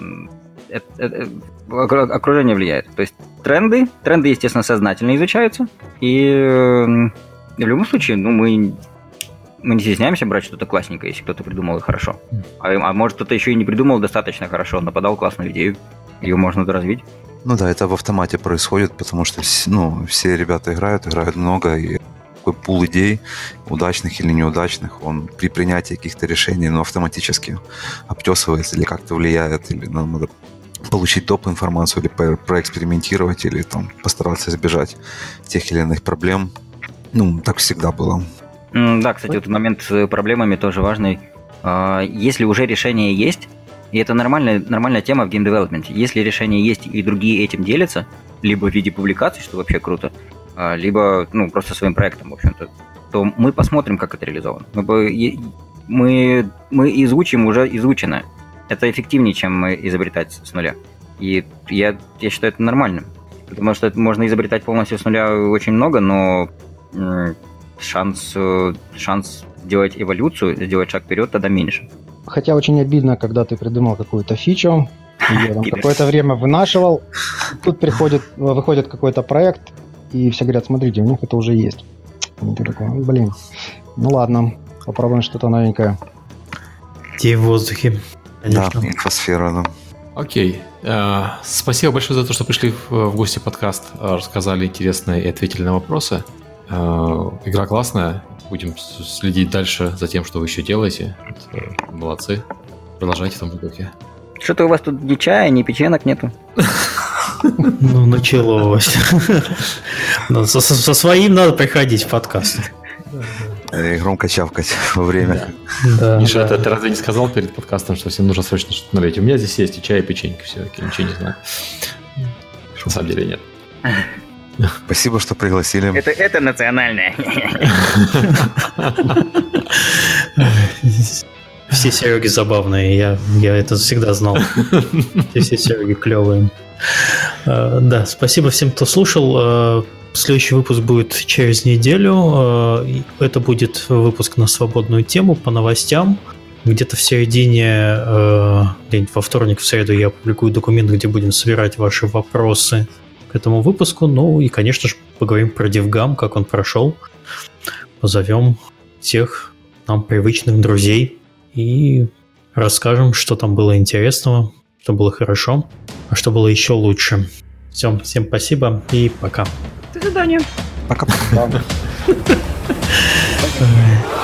окружение влияет. То есть тренды, естественно, сознательно изучаются, и в любом случае, мы не стесняемся брать что-то классненькое, если кто-то придумал и хорошо. А может, кто-то еще и не придумал достаточно хорошо, но подал классную идею, ее можно доразвить. Ну да, это в автомате происходит, потому что все ребята играют много, и такой пул идей, удачных или неудачных, он при принятии каких-то решений автоматически обтесывается или как-то влияет, или надо получить топ информацию, или проэкспериментировать, или там постараться избежать тех или иных проблем. Так всегда было. Да, кстати, вот момент с проблемами тоже важный. Если уже решение есть, и это нормальная тема в гейм-девелопменте. Если решение есть и другие этим делятся, либо в виде публикаций, что вообще круто, либо просто своим проектом, в общем-то, то мы посмотрим, как это реализовано. Мы изучим уже изученное. Это эффективнее, чем изобретать с нуля. И я считаю это нормальным. Потому что можно изобретать полностью с нуля очень много, но шанс сделать эволюцию, сделать шаг вперед тогда меньше. Хотя очень обидно, когда ты придумал какую-то фичу, ее там какое-то время вынашивал, тут выходит какой-то проект, и все говорят, смотрите, у них это уже есть. И ты такой, блин, ну ладно, попробуем что-то новенькое. Те в воздухе, конечно. Да, инфосфера, да. Окей. Спасибо большое за то, что пришли в гости в подкаст, рассказали интересные и ответили на вопросы. Игра классная. Будем следить дальше за тем, что вы еще делаете. Молодцы. Продолжайте в том же духе. Что-то у вас тут ни чая, ни печенок нету. Началось. Со своим надо приходить в подкаст. И громко чавкать во время. Миша, ты разве не сказал перед подкастом, что всем нужно срочно что-то налить? У меня здесь есть и чай, и печеньки. Все, я ничего не знаю. На самом деле нет. Спасибо, что пригласили. Это национальное. Все Сереги забавные, я это всегда знал. Все Сереги клевые. Да, спасибо всем, кто слушал. Следующий выпуск будет через неделю. Это будет выпуск на свободную тему по новостям. Где-то в середине, где-нибудь во вторник, в среду я опубликую документ, где будем собирать ваши вопросы к этому выпуску. Ну и, конечно же, поговорим про DevGam, как он прошел. Позовем всех нам привычных друзей и расскажем, что там было интересного, что было хорошо, а что было еще лучше. Всем спасибо и пока. До свидания. Пока-пока.